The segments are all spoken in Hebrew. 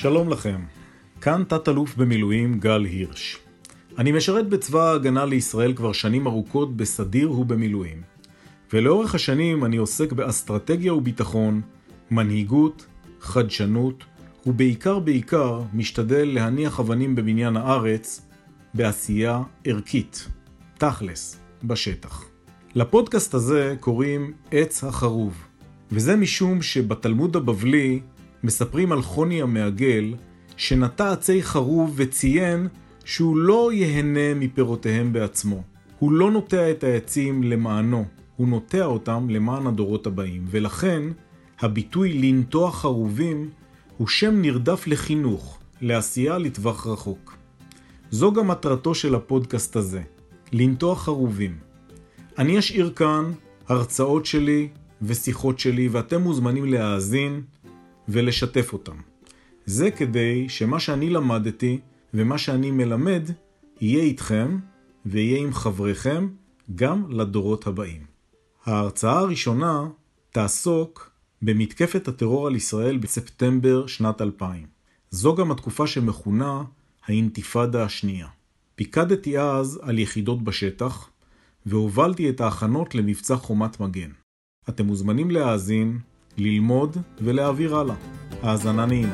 שלום לכם, כאן תת-אלוף במילואים גל הירש. אני משרת בצבא ההגנה לישראל כבר שנים ארוכות בסדיר ובמילואים. ולאורך השנים אני עוסק באסטרטגיה וביטחון, מנהיגות, חדשנות, ובעיקר משתדל להניח אבנים בבניין הארץ בעשייה ערכית, תכלס, בשטח. לפודקאסט הזה קוראים עץ החרוב, וזה משום שבתלמוד הבבלי מספרים על חוני המעגל שנטע עצי חרוב וציין שהוא לא יהנה מפירותיהם בעצמו. הוא לא נוטע את העצים למענו, הוא נוטע אותם למען הדורות הבאים, ולכן הביטוי לנטוע חרובים הוא שם נרדף לחינוך, לעשייה לטווח רחוק. זו גם מטרתו של הפודקאסט הזה, לנטוע חרובים. אני אשאיר כאן הרצאות שלי ושיחות שלי, ואתם מוזמנים להאזין ולשתף אותם. זה כדי שמה שאני למדתי ומה שאני מלמד יהיה איתכם ויהיה עם חבריכם גם לדורות הבאים. ההרצאה הראשונה תעסוק במתקפת הטרור על ישראל בספטמבר שנת 2000. זו גם התקופה שמכונה האינתיפאדה השנייה. פיקדתי אז על יחידות בשטח והובלתי את ההכנות למבצע חומת מגן. אתם מוזמנים להאזין, ללמוד ולהעביר הלאה. האזנה נעימה.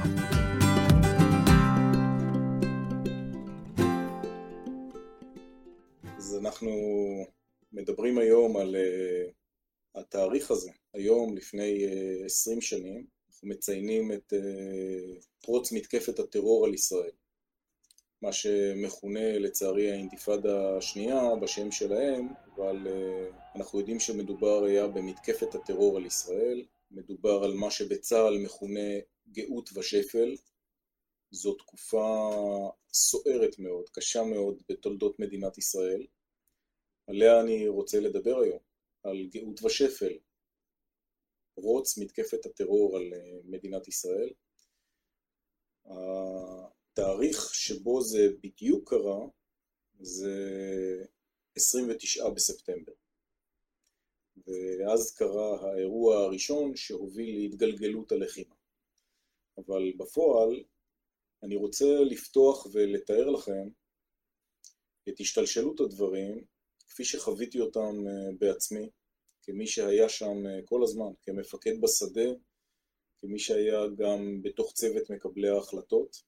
אז אנחנו מדברים היום על התאריך הזה. היום לפני 20 שנים אנחנו מציינים את פרוץ מתקפת הטרור על ישראל. מה שמכונה לצערי האינתיפאדה השנייה בשם שלהם, אבל אנחנו יודעים שמדובר היה במתקפת הטרור על ישראל. מדובר על מה שבצה"ל מכונה גאות ושפל. זו תקופה סוערת מאוד, קשה מאוד בתולדות מדינת ישראל. עליה אני רוצה לדבר היום, על גאות ושפל. פרוץ מתקפת הטרור על מדינת ישראל. התאריך שבו זה בדיוק קרה זה 29 בספטמבר. ואז קרה האירוע הראשון שהוביל להתגלגלות הלחימה. אבל בפועל אני רוצה לפתוח ולתאר לכם את השתלשלות הדברים כפי שחוויתי אותם בעצמי, כמי שהיה שם כל הזמן, כמפקד בשדה, כמי שהיה גם בתוך צוות מקבלי ההחלטות,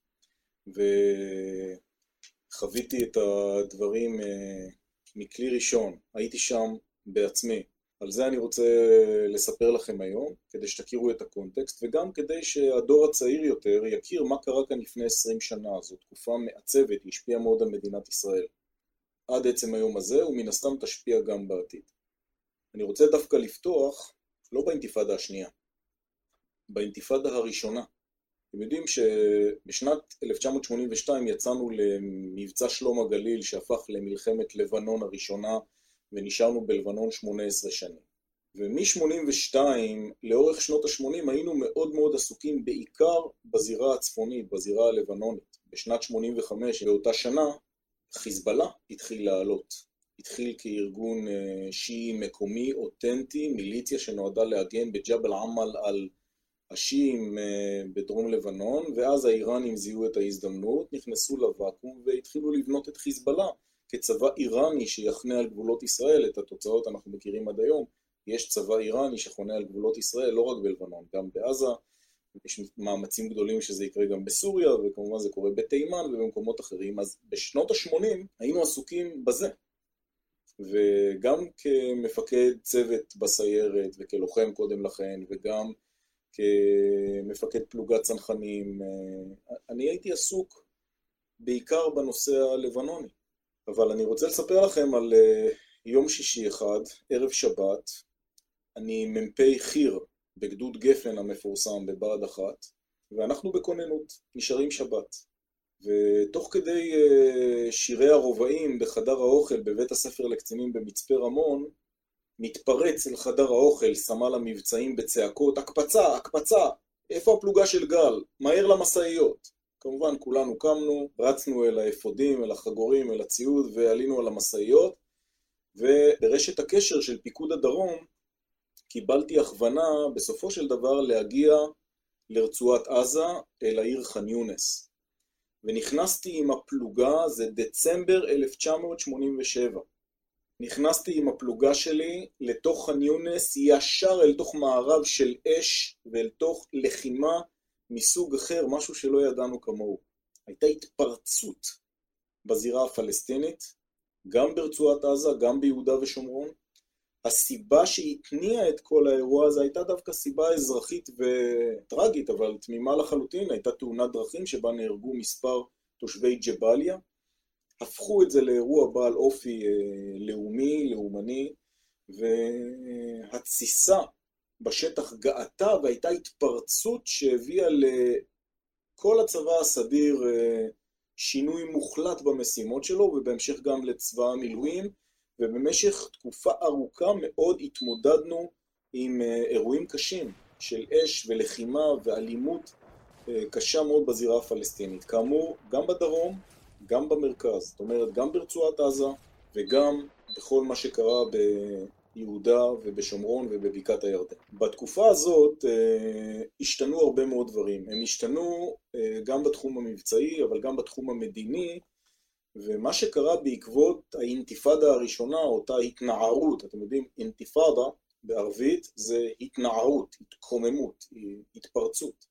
וחוויתי את הדברים מכלי ראשון, הייתי שם בעצמי. על זה אני רוצה לספר לכם היום, כדי שתכירו את הקונטקסט, וגם כדי שהדור הצעיר יותר יכיר מה קרה כאן לפני 20 שנה. זו תקופה מעצבת, היא השפיעה מאוד על מדינת ישראל. עד עצם היום הזה, ומן הסתם תשפיע גם בעתיד. אני רוצה דווקא לפתוח, לא באינתיפאדה השנייה, באינתיפאדה הראשונה. אתם יודעים שבשנת 1982 יצאנו למבצע שלום הגליל, שהפך למלחמת לבנון הראשונה, ונשארנו בלבנון 18 שנים. ומ-82 לאורך שנות ה-80 היינו מאוד מאוד עסוקים בעיקר בזירה הצפונית, בזירה הלבנונית. בשנת 85 באותה שנה חיזבאללה התחיל לעלות. התחיל כארגון שיעי מקומי, אותנטי, מיליציה שנועדה להגן בג'בל עמל על השיעים בדרום לבנון, ואז האיראנים זיהו את ההזדמנות, נכנסו לוואקום והתחילו לבנות את חיזבאללה. כצבא איראני שיחנה על גבולות ישראל. את התוצאות אנחנו מכירים עד היום. יש צבא איראני שחונה על גבולות ישראל, לא רק בלבנון, גם בעזה. יש מאמצים גדולים שזה יקרה גם בסוריה, וכמובן זה קורה בתימן ובמקומות אחרים. אז בשנות ה-80 היינו עסוקים בזה. וגם כמפקד צוות בסיירת וכלוחם קודם לכן, וגם כמפקד פלוגת צנחנים, אני הייתי עסוק בעיקר בנושא הלבנוני. אבל אני רוצה לספר לכם על יום שישי אחד, ערב שבת. אני מ"פ חיר בגדוד גפן המפורסם בבה"ד 1, ואנחנו בכוננות, נשארים שבת. ותוך כדי שירי הרובעים בחדר האוכל בבית הספר לקצינים במצפה רמון, מתפרץ אל חדר האוכל סמל המבצעים בצעקות, הקפצה, הקפצה, איפה הפלוגה של גל? מהר למשאיות. כמובן כולנו קמנו, רצנו אל האפודים, אל החגורים, אל הציוד, ועלינו על המשאיות, וברשת הקשר של פיקוד הדרום קיבלתי הכוונה בסופו של דבר להגיע לרצועת עזה, אל העיר ח'אן יונס. ונכנסתי עם הפלוגה, זה דצמבר 1987. נכנסתי עם הפלוגה שלי לתוך ח'אן יונס, ישר אל תוך מערב של אש ואל תוך לחימה מסוג אחר, משהו שלא ידענו כמוהו. הייתה התפרצות בזירה הפלסטינית, גם ברצועת עזה, גם ביהודה ושומרון. הסיבה שהתניעה את כל האירוע הזה הייתה דווקא סיבה אזרחית וטרגית, אבל תמימה לחלוטין, הייתה תאונת דרכים שבה נהרגו מספר תושבי ג'באליה. הפכו את זה לאירוע בעל אופי לאומי, לאומני, והתסיסה בשטח גאתה, והייתה התפרצות שהביאה לכל הצבא הסדיר שינוי מוחלט במשימות שלו, ובהמשך גם לצבא המילואים, ובמשך תקופה ארוכה מאוד התמודדנו עם אירועים קשים של אש ולחימה ואלימות קשה מאוד בזירה הפלסטינית. כאמור, גם בדרום, גם במרכז, זאת אומרת, גם ברצועת עזה וגם בכל מה שקרה ביהודה ובשומרון ובבקעת הירדן. בתקופה הזאת השתנו הרבה מאוד דברים. הם השתנו גם בתחום המבצעי, אבל גם בתחום המדיני, ומה שקרה בעקבות האינתיפאדה הראשונה, אותה התנערות, אתם יודעים, אינתיפאדה בערבית זה התנערות, התקוממות, התפרצות.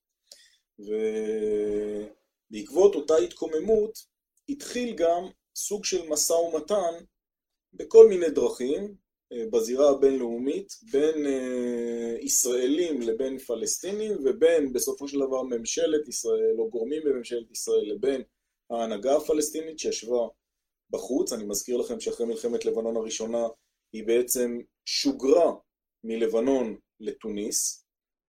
ובעקבות אותה התקוממות התחיל גם סוג של משא ומתן בכל מיני דרכים בזירה הבינלאומית, בין ישראלים לבין פלסטינים, ובין בסופו של דבר ממשלת ישראל או גורמים בממשלת ישראל לבין ההנהגה הפלסטינית שישבה בחוץ. אני מזכיר לכם שאחרי מלחמת לבנון הראשונה היא בעצם שוגרה מלבנון לתוניס,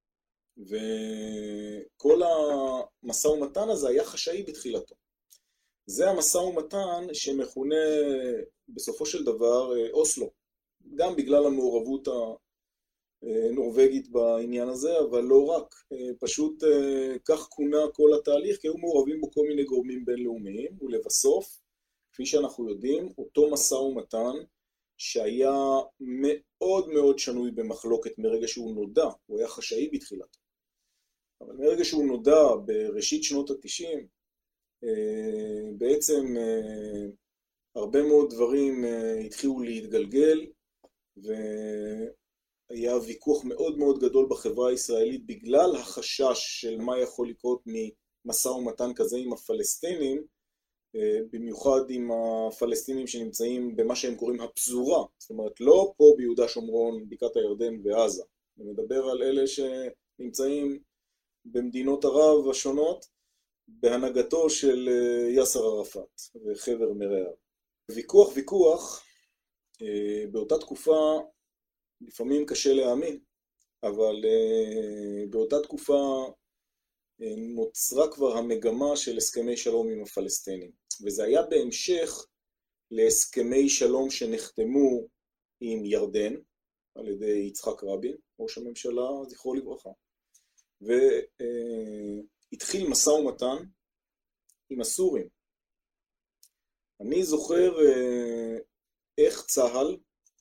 וכל המשא ומתן הזה היה חשאי בתחילתו. זה המשא ומתן שמכונה בסופו של דבר אוסלו, גם בגלל המעורבות הנורווגית בעניין הזה, אבל לא רק, פשוט כך כונה כל התהליך, כי היו מעורבים בו כל מיני גורמים בינלאומיים, ולבסוף, כפי שאנחנו יודעים, אותו משא ומתן שהיה מאוד מאוד שנוי במחלוקת מרגע שהוא נודע, הוא היה חשאי בתחילתו. אבל מרגע שהוא נודע בראשית שנות ה-90, בעצם הרבה מאוד דברים התחילו להתגלגל, והיה ויכוח מאוד מאוד גדול בחברה הישראלית בגלל החשש של מה יכול לקרות ממשא ומתן כזה עם הפלסטינים, במיוחד עם הפלסטינים שנמצאים במה שהם קוראים הפזורה, זאת אומרת לא פה ביהודה שומרון, בקעת הירדן ועזה. אני מדבר על אלה שנמצאים במדינות ערב השונות בהנהגתו של יאסר ערפאת וחבר מרעיו. ויכוח, באותה תקופה לפעמים קשה להאמין, אבל באותה תקופה נוצרה כבר המגמה של הסכמי שלום עם הפלסטינים, וזה היה בהמשך להסכמי שלום שנחתמו עם ירדן על ידי יצחק רבין, ראש הממשלה זכרו לברכה, והתחיל משא ומתן עם הסורים. אני זוכר איך צה"ל,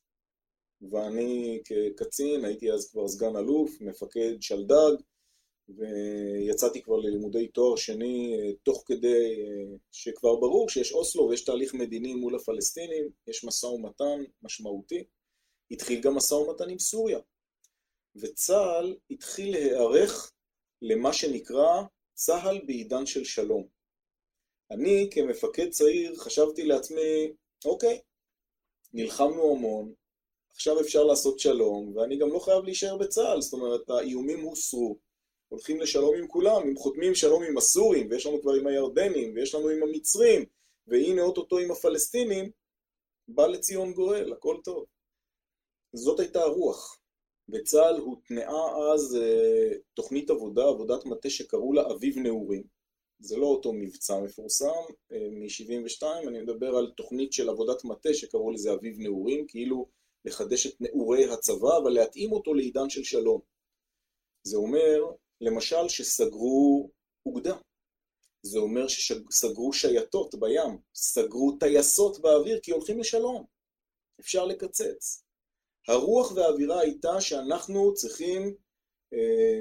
ואני כקצין, הייתי אז כבר סגן אלוף, מפקד שלדג, ויצאתי כבר ללימודי תואר שני, תוך כדי שכבר ברור שיש אוסלו ויש תהליך מדיני מול הפלסטינים, יש משא ומתן משמעותי. התחיל גם משא ומתן עם סוריה, וצה"ל התחיל להיערך למה שנקרא צה"ל בעידן של שלום. אני כמפקד צעיר חשבתי לעצמי, אוקיי, נלחמנו המון, עכשיו אפשר לעשות שלום, ואני גם לא חייב להישאר בצה"ל, זאת אומרת, האיומים הוסרו, הולכים לשלום עם כולם, אם חותמים שלום עם הסורים, ויש לנו כבר עם הירדנים, ויש לנו עם המצרים, והנה אותו עם הפלסטינים, בא לציון גואל, הכל טוב. זאת הייתה הרוח. בצה"ל הותנעה אז תוכנית עבודת מטה שקראו לה אביב נעורים. זה לא אותו מבצע מפורסם, מ-72, אני מדבר על תוכנית של עבודת מטה שקראו לזה אביב נעורים, כאילו לחדש את נעורי הצבא, אבל להתאים אותו לעידן של שלום. זה אומר, למשל, שסגרו אוגדה. זה אומר שסגרו שייטות בים, סגרו טייסות באוויר, כי הולכים לשלום. אפשר לקצץ. הרוח והאווירה הייתה שאנחנו צריכים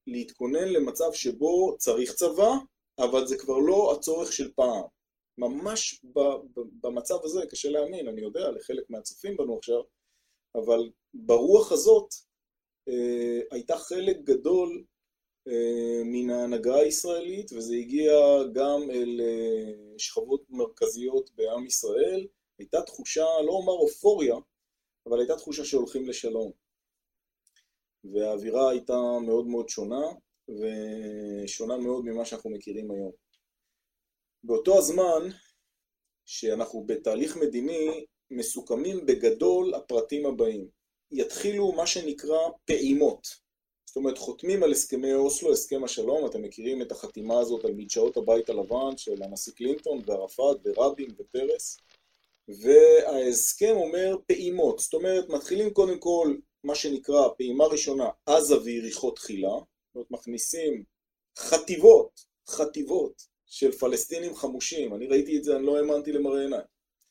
להתכונן למצב שבו צריך צבא, אבל זה כבר לא הצורך של פעם. ממש במצב הזה, קשה להאמין, אני יודע, לחלק מהצופים בנו עכשיו, אבל ברוח הזאת הייתה חלק גדול מן ההנהגה הישראלית, וזה הגיע גם אל שכבות מרכזיות בעם ישראל. הייתה תחושה, לא אומר אופוריה, אבל הייתה תחושה שהולכים לשלום. והאווירה הייתה מאוד מאוד שונה, ושונה מאוד ממה שאנחנו מכירים היום. באותו הזמן שאנחנו בתהליך מדיני, מסוכמים בגדול הפרטים הבאים. יתחילו מה שנקרא פעימות. זאת אומרת, חותמים על הסכמי אוסלו, הסכם השלום, אתם מכירים את החתימה הזאת על מדשאות הבית הלבן של הנשיא קלינטון וערפאת ורבין ופרס. וההסכם אומר פעימות, זאת אומרת, מתחילים קודם כל מה שנקרא פעימה ראשונה, עזה ויריחו תחילה, זאת אומרת, מכניסים חטיבות של פלסטינים חמושים, אני ראיתי את זה, אני לא האמנתי למראה עיניים.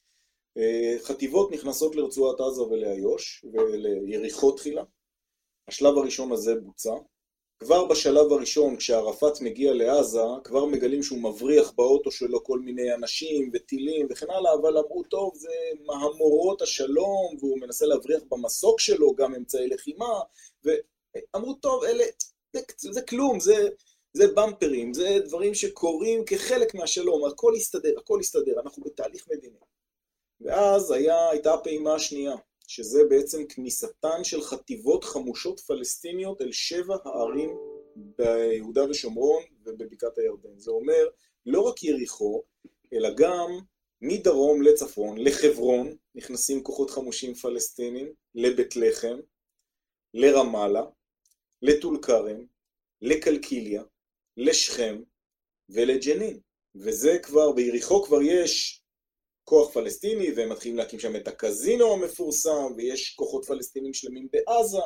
חטיבות נכנסות לרצועת עזה ולאיו"ש וליריחו תחילה. השלב הראשון הזה בוצע. כבר בשלב הראשון, כשערפאת מגיע לעזה, כבר מגלים שהוא מבריח באוטו שלו כל מיני אנשים וטילים וכן הלאה, אבל אמרו, טוב, זה מהמורות השלום, והוא מנסה להבריח במסוק שלו גם אמצעי לחימה, ואמרו, טוב, זה כלום, זה במפרים, זה דברים שקורים כחלק מהשלום, הכל יסתדר, אנחנו בתהליך מדיני. ואז הייתה הפעימה השנייה, שזה בעצם כניסתן של חטיבות חמושות פלסטיניות אל 7 הערים ביהודה ושומרון ובבקעת הירדן. זה אומר לא רק יריחו, אלא גם מדרום לצפון, לחברון, נכנסים כוחות חמושים פלסטינים, לבית לחם, לרמאללה, לטול כרם, לקלקיליה, לשכם ולג'נין. וזה כבר, ביריחו כבר יש כוח פלסטיני, והם מתחילים להקים שם את הקזינו המפורסם, ויש כוחות פלסטינים שלמים בעזה,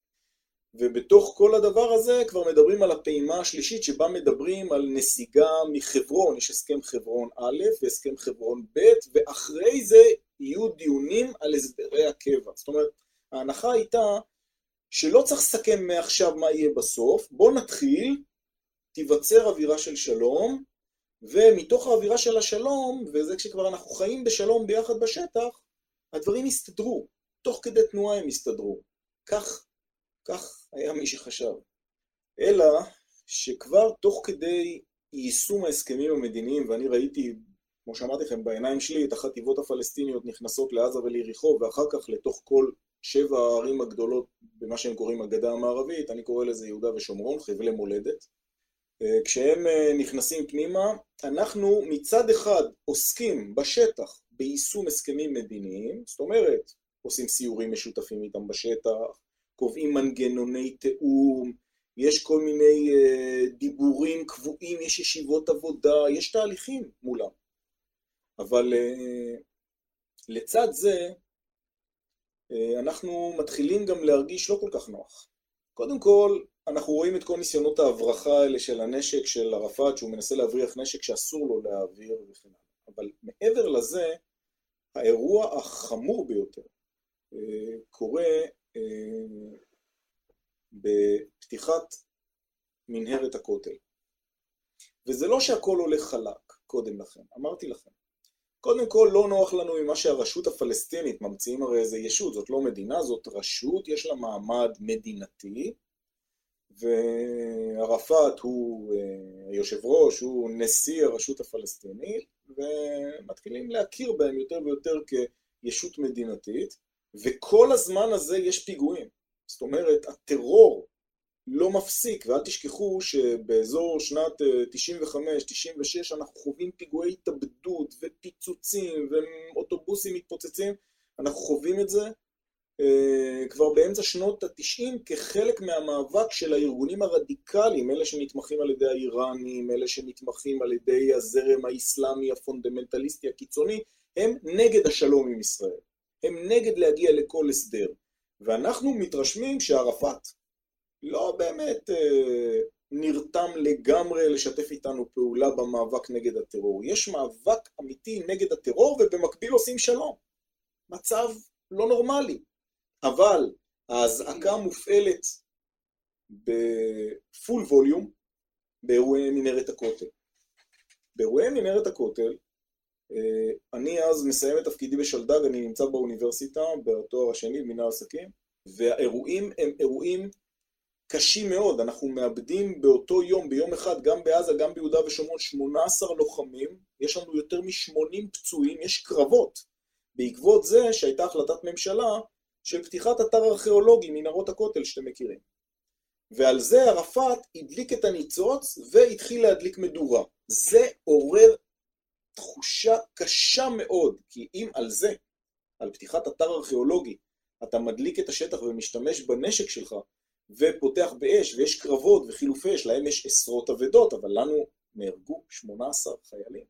ובתוך כל הדבר הזה כבר מדברים על הפעימה השלישית, שבה מדברים על נסיגה מחברון, יש הסכם חברון א' והסכם חברון ב', ואחרי זה יהיו דיונים על הסדרי הקבע. זאת אומרת, ההנחה הייתה שלא צריך לסכם מעכשיו מה יהיה בסוף, בוא נתחיל, תיווצר אווירה של שלום, ומתוך האווירה של השלום, וזה כשכבר אנחנו חיים בשלום ביחד בשטח, הדברים יסתדרו, תוך כדי תנועה הם יסתדרו. כך היה מי שחשב. אלא שכבר תוך כדי יישום ההסכמים המדיניים, ואני ראיתי, כמו שאמרתי לכם, בעיניים שלי, את החטיבות הפלסטיניות נכנסות לעזה וליריחו, ואחר כך לתוך כל 7 הערים הגדולות, במה שהם קוראים הגדה המערבית, אני קורא לזה יהודה ושומרון, חבלי מולדת. כשהם נכנסים פנימה, אנחנו מצד אחד עוסקים בשטח ביישום הסכמים מדיניים, זאת אומרת, עושים סיורים משותפים איתם בשטח, קובעים מנגנוני תאום, יש כל מיני דיבורים קבועים, יש ישיבות עבודה, יש תהליכים מולם. אבל לצד זה, אנחנו מתחילים גם להרגיש לא כל כך נוח. קודם כל, אנחנו רואים את כל ניסיונות ההברחה האלה של הנשק של ערפאת, שהוא מנסה להבריח נשק שאסור לו להעביר וכן הלאה. אבל מעבר לזה, האירוע החמור ביותר קורה בפתיחת מנהרת הכותל. וזה לא שהכל הולך חלק קודם לכן, אמרתי לכם. קודם כל לא נוח לנו ממה שהרשות הפלסטינית, ממציאים הרי איזה ישות, זאת לא מדינה, זאת רשות, יש לה מעמד מדינתי, וערפאת הוא היושב ראש, הוא נשיא הרשות הפלסטינית, ומתחילים להכיר בהם יותר ויותר כישות מדינתית, וכל הזמן הזה יש פיגועים. זאת אומרת, הטרור לא מפסיק, ואל תשכחו שבאזור שנת 95-96 אנחנו חווים פיגועי התאבדות ופיצוצים ואוטובוסים מתפוצצים, אנחנו חווים את זה כבר באמצע שנות ה-90 כחלק מהמאבק של הארגונים הרדיקליים, אלה שנתמכים על ידי האיראנים, אלה שנתמכים על ידי הזרם האסלאמי הפונדמנטליסטי הקיצוני, הם נגד השלום עם ישראל, הם נגד להגיע לכל הסדר, ואנחנו מתרשמים שערפאת לא באמת נרתם לגמרי לשתף איתנו פעולה במאבק נגד הטרור. יש מאבק אמיתי נגד הטרור ובמקביל עושים שלום. מצב לא נורמלי. אבל ההזעקה מופעלת בפול ווליום באירועי מנהרת הכותל. באירועי מנהרת הכותל, אני אז מסיים את תפקידי בשלדג, אני נמצא באוניברסיטה, בתואר השני, במנהל עסקים, והאירועים הם אירועים קשים מאוד. אנחנו מאבדים באותו יום, ביום אחד, גם בעזה, גם ביהודה ושומרון, 18 לוחמים, יש לנו יותר מ-80 פצועים, יש קרבות. בעקבות זה שהייתה החלטת ממשלה של פתיחת אתר ארכיאולוגי, מנהרות הכותל שאתם מכירים. ועל זה ערפאת הדליק את הניצוץ והתחיל להדליק מדורה. זה עורר תחושה קשה מאוד, כי אם על זה, על פתיחת אתר ארכיאולוגי, אתה מדליק את השטח ומשתמש בנשק שלך, ופותח באש, ויש קרבות וחילופי אש, להם יש עשרות אבדות, אבל לנו נהרגו 18 חיילים,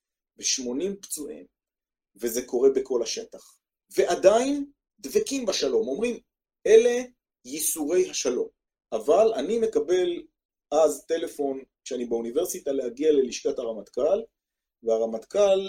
ו80 פצועים, וזה קורה בכל השטח. ועדיין דבקים בשלום, אומרים, אלה ייסורי השלום. אבל אני מקבל אז טלפון, כשאני באוניברסיטה, להגיע ללשכת הרמטכ"ל, והרמטכ"ל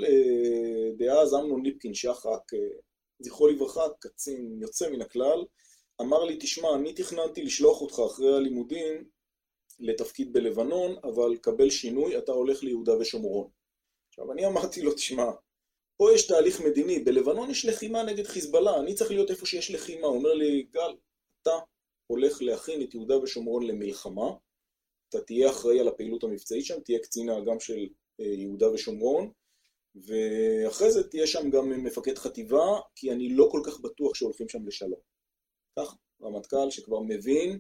דאז אמנון ליפקין שחק, זכרו לברכה, קצין יוצא מן הכלל, אמר לי, תשמע, אני תכננתי לשלוח אותך אחרי הלימודים לתפקיד בלבנון, אבל קבל שינוי, אתה הולך ליהודה ושומרון. עכשיו, אני אמרתי לו, תשמע, פה יש תהליך מדיני, בלבנון יש לחימה נגד חיזבאללה, אני צריך להיות איפה שיש לחימה. הוא אומר לי, גל, אתה הולך להכין את יהודה ושומרון למלחמה, אתה תהיה אחראי על הפעילות המבצעית שם, תהיה קצין האג"ם של יהודה ושומרון, ואחרי זה תהיה שם גם מפקד חטיבה, כי אני לא כל כך בטוח שהולכים שם לשלום. כך, רמטכ"ל שכבר מבין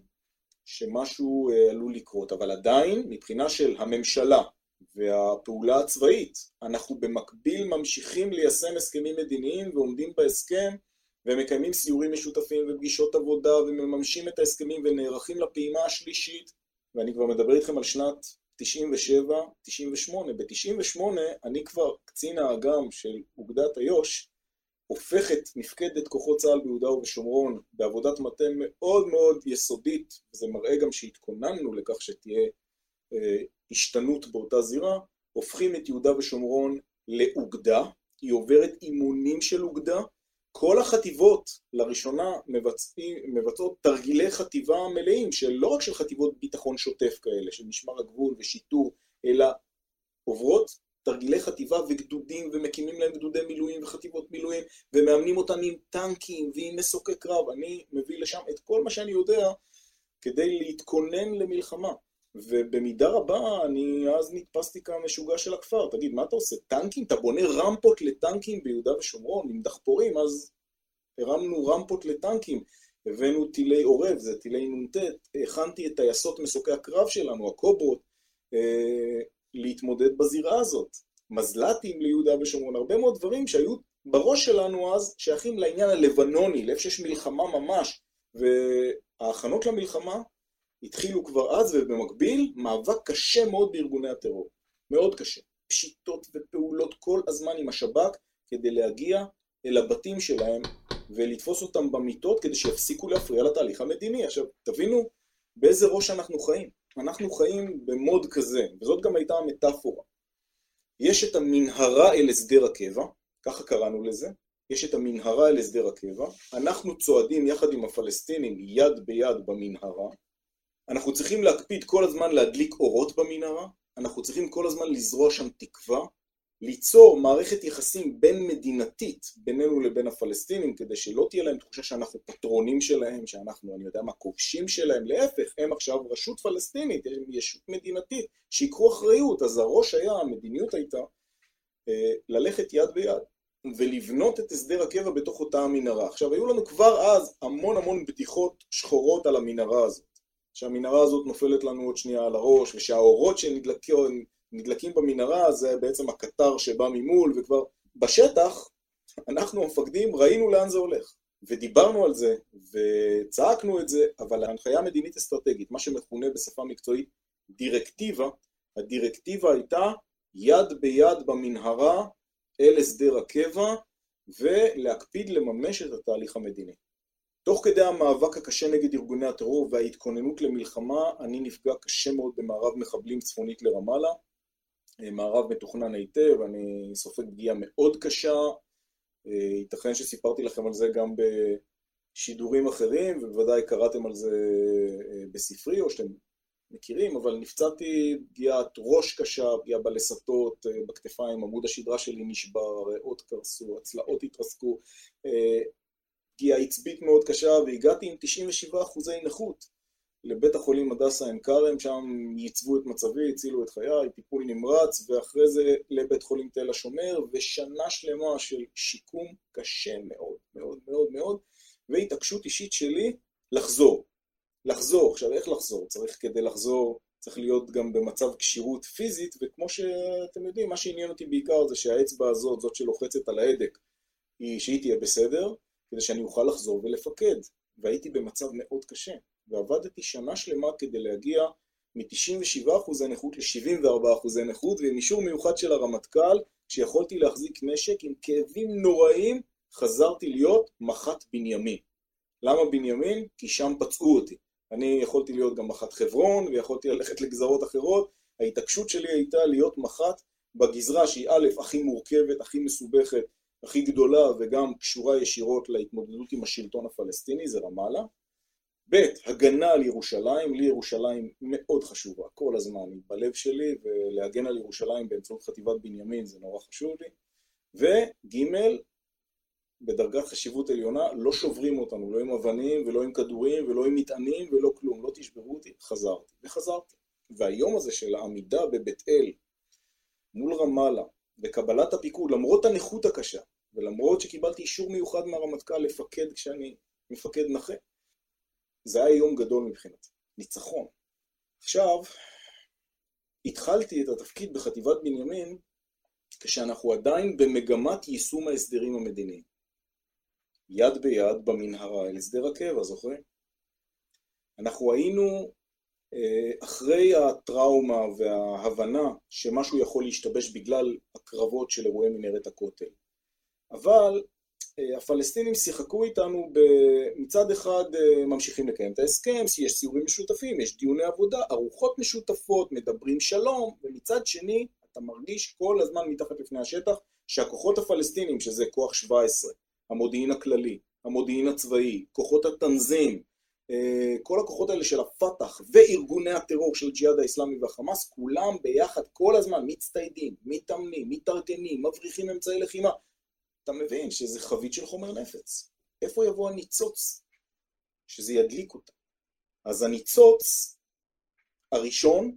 שמשהו עלול לקרות, אבל עדיין, מבחינה של הממשלה והפעולה הצבאית, אנחנו במקביל ממשיכים ליישם הסכמים מדיניים ועומדים בהסכם, ומקיימים סיורים משותפים ופגישות עבודה, ומממשים את ההסכמים ונערכים לפעימה השלישית, ואני כבר מדבר איתכם על שנת 97, 98. ב-98 אני כבר קצין האג"ם של אוגדת איו"ש, הופך את מפקדת כוחות צה"ל ביהודה ובשומרון בעבודת מטה מאוד מאוד יסודית, וזה מראה גם שהתכוננו לכך שתהיה השתנות באותה זירה, הופכים את יהודה ושומרון לאוגדה, היא עוברת אימונים של אוגדה, כל החטיבות לראשונה מבצעות תרגילי חטיבה מלאים, שלא רק של חטיבות ביטחון שוטף כאלה, של משמר הגבול ושיטור, אלא עוברות תרגילי חטיבה וגדודים, ומקימים להם גדודי מילואים וחטיבות מילואים, ומאמנים אותם עם טנקים ועם מסוקי קרב. אני מביא לשם את כל מה שאני יודע כדי להתכונן למלחמה. ובמידה רבה אני אז נתפסתי כמשוגע של הכפר. תגיד, מה אתה עושה? טנקים? אתה בונה רמפות לטנקים ביהודה ושומרון עם דחפורים? אז הרמנו רמפות לטנקים, הבאנו טילי עורב, זה טילי נ"ט, הכנתי את טייסות מסוקי הקרב שלנו, הקוברות, להתמודד בזירה הזאת. מזל"טים ליהודה ושומרון, הרבה מאוד דברים שהיו בראש שלנו אז שייכים לעניין הלבנוני, לאיפה שיש מלחמה ממש, וההכנות למלחמה התחילו כבר אז, ובמקביל מאבק קשה מאוד בארגוני הטרור, מאוד קשה. פשיטות ופעולות כל הזמן עם השב"כ כדי להגיע אל הבתים שלהם ולתפוס אותם במיטות כדי שיפסיקו להפריע לתהליך המדיני. עכשיו, תבינו באיזה ראש אנחנו חיים. אנחנו חיים במוד כזה, וזאת גם הייתה המטאפורה. יש את המנהרה אל הסדר הקבע, ככה קראנו לזה, יש את המנהרה אל הסדר הקבע, אנחנו צועדים יחד עם הפלסטינים יד ביד במנהרה, אנחנו צריכים להקפיד כל הזמן להדליק אורות במנהרה, אנחנו צריכים כל הזמן לזרוע שם תקווה, ליצור מערכת יחסים בין מדינתית בינינו לבין הפלסטינים, כדי שלא תהיה להם תחושה שאנחנו פטרונים שלהם, שאנחנו, אני יודע מה, כובשים שלהם, להפך, הם עכשיו רשות פלסטינית, הם ישות מדינתית, שיקחו אחריות. אז הראש היה, המדיניות הייתה, ללכת יד ביד, ולבנות את הסדר הקבע בתוך אותה המנהרה. עכשיו, היו לנו כבר אז המון בדיחות שחורות על המנהרה הזאת, שהמנהרה הזאת נופלת לנו עוד שנייה על הראש, ושהאורות שנדלקים במנהרה זה בעצם הקטר שבא ממול, וכבר בשטח אנחנו המפקדים ראינו לאן זה הולך, ודיברנו על זה וצעקנו את זה, אבל ההנחיה המדינית אסטרטגית, מה שמכונה בשפה מקצועית דירקטיבה, הדירקטיבה הייתה יד ביד במנהרה אל הסדר הקבע, ולהקפיד לממש את התהליך המדיני. תוך כדי המאבק הקשה נגד ארגוני הטרור וההתכוננות למלחמה, אני נפגע קשה מאוד במערב מחבלים צפונית לרמאללה. מערב מתוכנן היטב, אני סופג פגיעה מאוד קשה, ייתכן שסיפרתי לכם על זה גם שידורים אחרים, ובוודאי קראתם על זה בספרי, או שאתם מכירים, אבל נפצעתי פגיעת ראש קשה, פגיעה בלסתות, בכתפיים, עמוד השדרה שלי נשבר, הריאות קרסו, הצלעות התרסקו, פגיעה עצבית מאוד קשה, והגעתי עם 97% נכות לבית החולים הדסה עין כרם, שם ייצבו את מצבי, הצילו את חיי, טיפול נמרץ, ואחרי זה לבית חולים תל השומר, ושנה שלמה של שיקום קשה מאוד מאוד מאוד מאוד, והתעקשות אישית שלי לחזור. עכשיו, איך לחזור? כדי לחזור, צריך להיות גם במצב קשירות פיזית, וכמו שאתם יודעים, מה שעניין אותי בעיקר זה שהאצבע הזאת, זאת שלוחצת על ההדק, שהיא תהיה בסדר, כדי שאני אוכל לחזור ולפקד. והייתי במצב מאוד קשה, ועבדתי שנה שלמה כדי להגיע מ-97% נכות ל-74% נכות, ועם אישור מיוחד של הרמטכ"ל, כשיכולתי להחזיק נשק עם כאבים נוראים, חזרתי להיות מח"ט בנימין. למה בנימין? כי שם פצעו אותי. אני יכולתי להיות גם מח"ט חברון, ויכולתי ללכת לגזרות אחרות. ההתעקשות שלי הייתה להיות מח"ט בגזרה שהיא א', הכי מורכבת, הכי מסובכת, הכי גדולה, וגם קשורה ישירות להתמודדות עם השלטון הפלסטיני, זה רמאללה. ב', הגנה על ירושלים, לי ירושלים מאוד חשובה, כל הזמן היא בלב שלי, ולהגן על ירושלים באמצעות חטיבת בנימין זה נורא חשוב לי. וג', בדרגת חשיבות עליונה, לא שוברים אותנו, לא עם אבנים ולא עם כדורים ולא עם מטענים ולא כלום, לא תשברו אותי, חזרתי. והיום הזה של העמידה בבית אל מול רמאללה, וקבלת הפיקוד, למרות הנכות הקשה, ולמרות שקיבלתי אישור מיוחד מהרמטכ"ל לפקד כשאני מפקד נכה, זה היה יום גדול מבחינתי, ניצחון. עכשיו, התחלתי את התפקיד בחטיבת בנימין, כשאנחנו עדיין במגמת יישום ההסדרים המדיניים. יד ביד במנהרה אל הסדר הקבע, זוכרים? אנחנו היינו אחרי הטראומה וההבנה שמשהו יכול להשתבש בגלל הקרבות של אירועי מנהרת הכותל. אבל הפלסטינים שיחקו איתנו מצד אחד ממשיכים לקיים את ההסכם, יש סיורים משותפים, יש דיוני עבודה, ארוחות משותפות, מדברים שלום, ומצד שני אתה מרגיש כל הזמן מתחת לפני השטח שהכוחות הפלסטינים, שזה כוח 17, המודיעין הכללי, המודיעין הצבאי, כוחות התנזים, כל הכוחות האלה של הפתח וארגוני הטרור של ג'יהאד האסלאמי והחמאס, כולם ביחד כל הזמן מצטיידים, מתאמנים, מתארגנים, מבריחים אמצעי לחימה. אתה מבין שזה חבית של חומר נפץ. איפה יבוא הניצוץ? שזה ידליק אותה. אז הניצוץ הראשון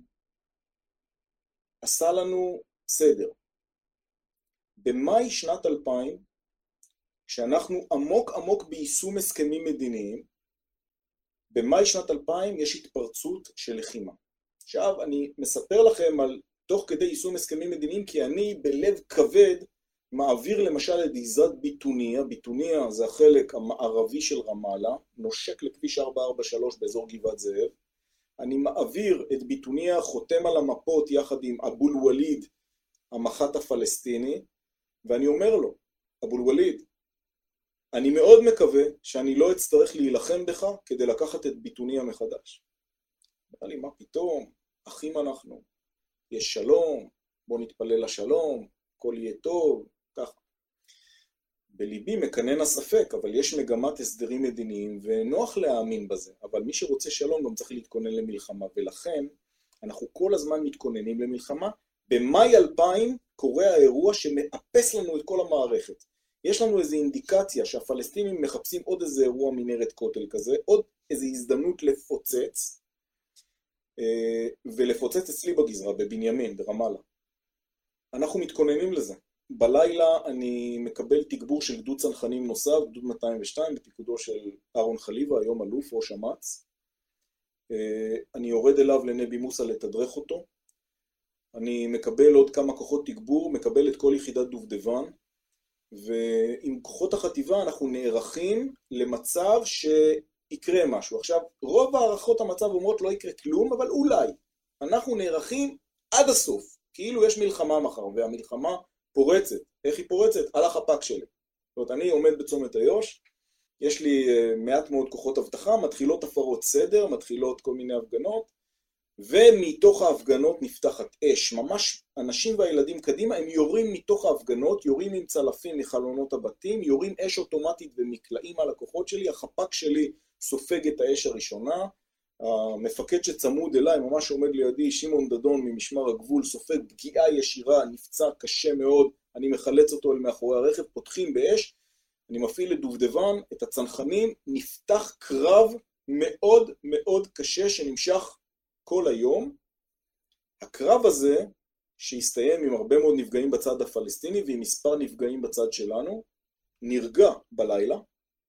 עשה לנו סדר. במאי שנת 2000, כשאנחנו עמוק ביישום הסכמים מדיניים, במאי שנת 2000 יש התפרצות של לחימה. עכשיו אני מספר לכם על תוך כדי יישום הסכמים מדיניים, כי אני בלב כבד מעביר למשל את גזרת ביטוניה, ביטוניה זה החלק המערבי של רמאללה, נושק לכביש 443 באזור גבעת זאב, אני מעביר את ביטוניה, חותם על המפות יחד עם אבו אל-וליד, המח"ט הפלסטיני, ואני אומר לו, אבו אל-וליד, אני מאוד מקווה שאני לא אצטרך להילחם בך כדי לקחת את ביטוניה מחדש. אמר לי, מה פתאום? אחים אנחנו, יש שלום, בוא נתפלל לשלום, הכל יהיה טוב, ככה. בליבי מקנן הספק, אבל יש מגמת הסדרים מדיניים, ונוח להאמין בזה, אבל מי שרוצה שלום גם צריך להתכונן למלחמה, ולכן אנחנו כל הזמן מתכוננים למלחמה. במאי 2000 קורה האירוע שמאפס לנו את כל המערכת. יש לנו איזו אינדיקציה שהפלסטינים מחפשים עוד איזה אירוע מנהרת כותל כזה, עוד איזו הזדמנות לפוצץ, ולפוצץ אצלי בגזרה, בבנימין, ברמאללה. אנחנו מתכוננים לזה. בלילה אני מקבל תגבור של גדוד צנחנים נוסף, גדוד 202, בפיקודו של אהרון חליבה, היום אלוף, ראש אמ"ץ. אני יורד אליו לנבי מוסא לתדרך אותו. אני מקבל עוד כמה כוחות תגבור, מקבל את כל יחידת דובדבן, ועם כוחות החטיבה אנחנו נערכים למצב שיקרה משהו. עכשיו, רוב הערכות המצב אומרות לא יקרה כלום, אבל אולי. אנחנו נערכים עד הסוף, כאילו יש מלחמה מחר, והמלחמה פורצת. איך היא פורצת? על החפ"ק שלי. זאת אומרת, אני עומד בצומת איו"ש, יש לי מעט מאוד כוחות אבטחה, מתחילות הפרות סדר, מתחילות כל מיני הפגנות, ומתוך ההפגנות נפתחת אש, ממש אנשים והילדים קדימה, הם יורים מתוך ההפגנות, יורים עם צלפים מחלונות הבתים, יורים אש אוטומטית ומקלעים על הכוחות שלי, החפ"ק שלי סופג את האש הראשונה, המפקד שצמוד אליי, ממש עומד לידי, שמעון דדון ממשמר הגבול, סופג פגיעה ישירה, נפצע קשה מאוד, אני מחלץ אותו אל מאחורי הרכב, פותחים באש, אני מפעיל את דובדבן, את הצנחנים, נפתח קרב מאוד מאוד קשה שנמשך כל היום. הקרב הזה, שהסתיים עם הרבה מאוד נפגעים בצד הפלסטיני ועם מספר נפגעים בצד שלנו, נרגע בלילה.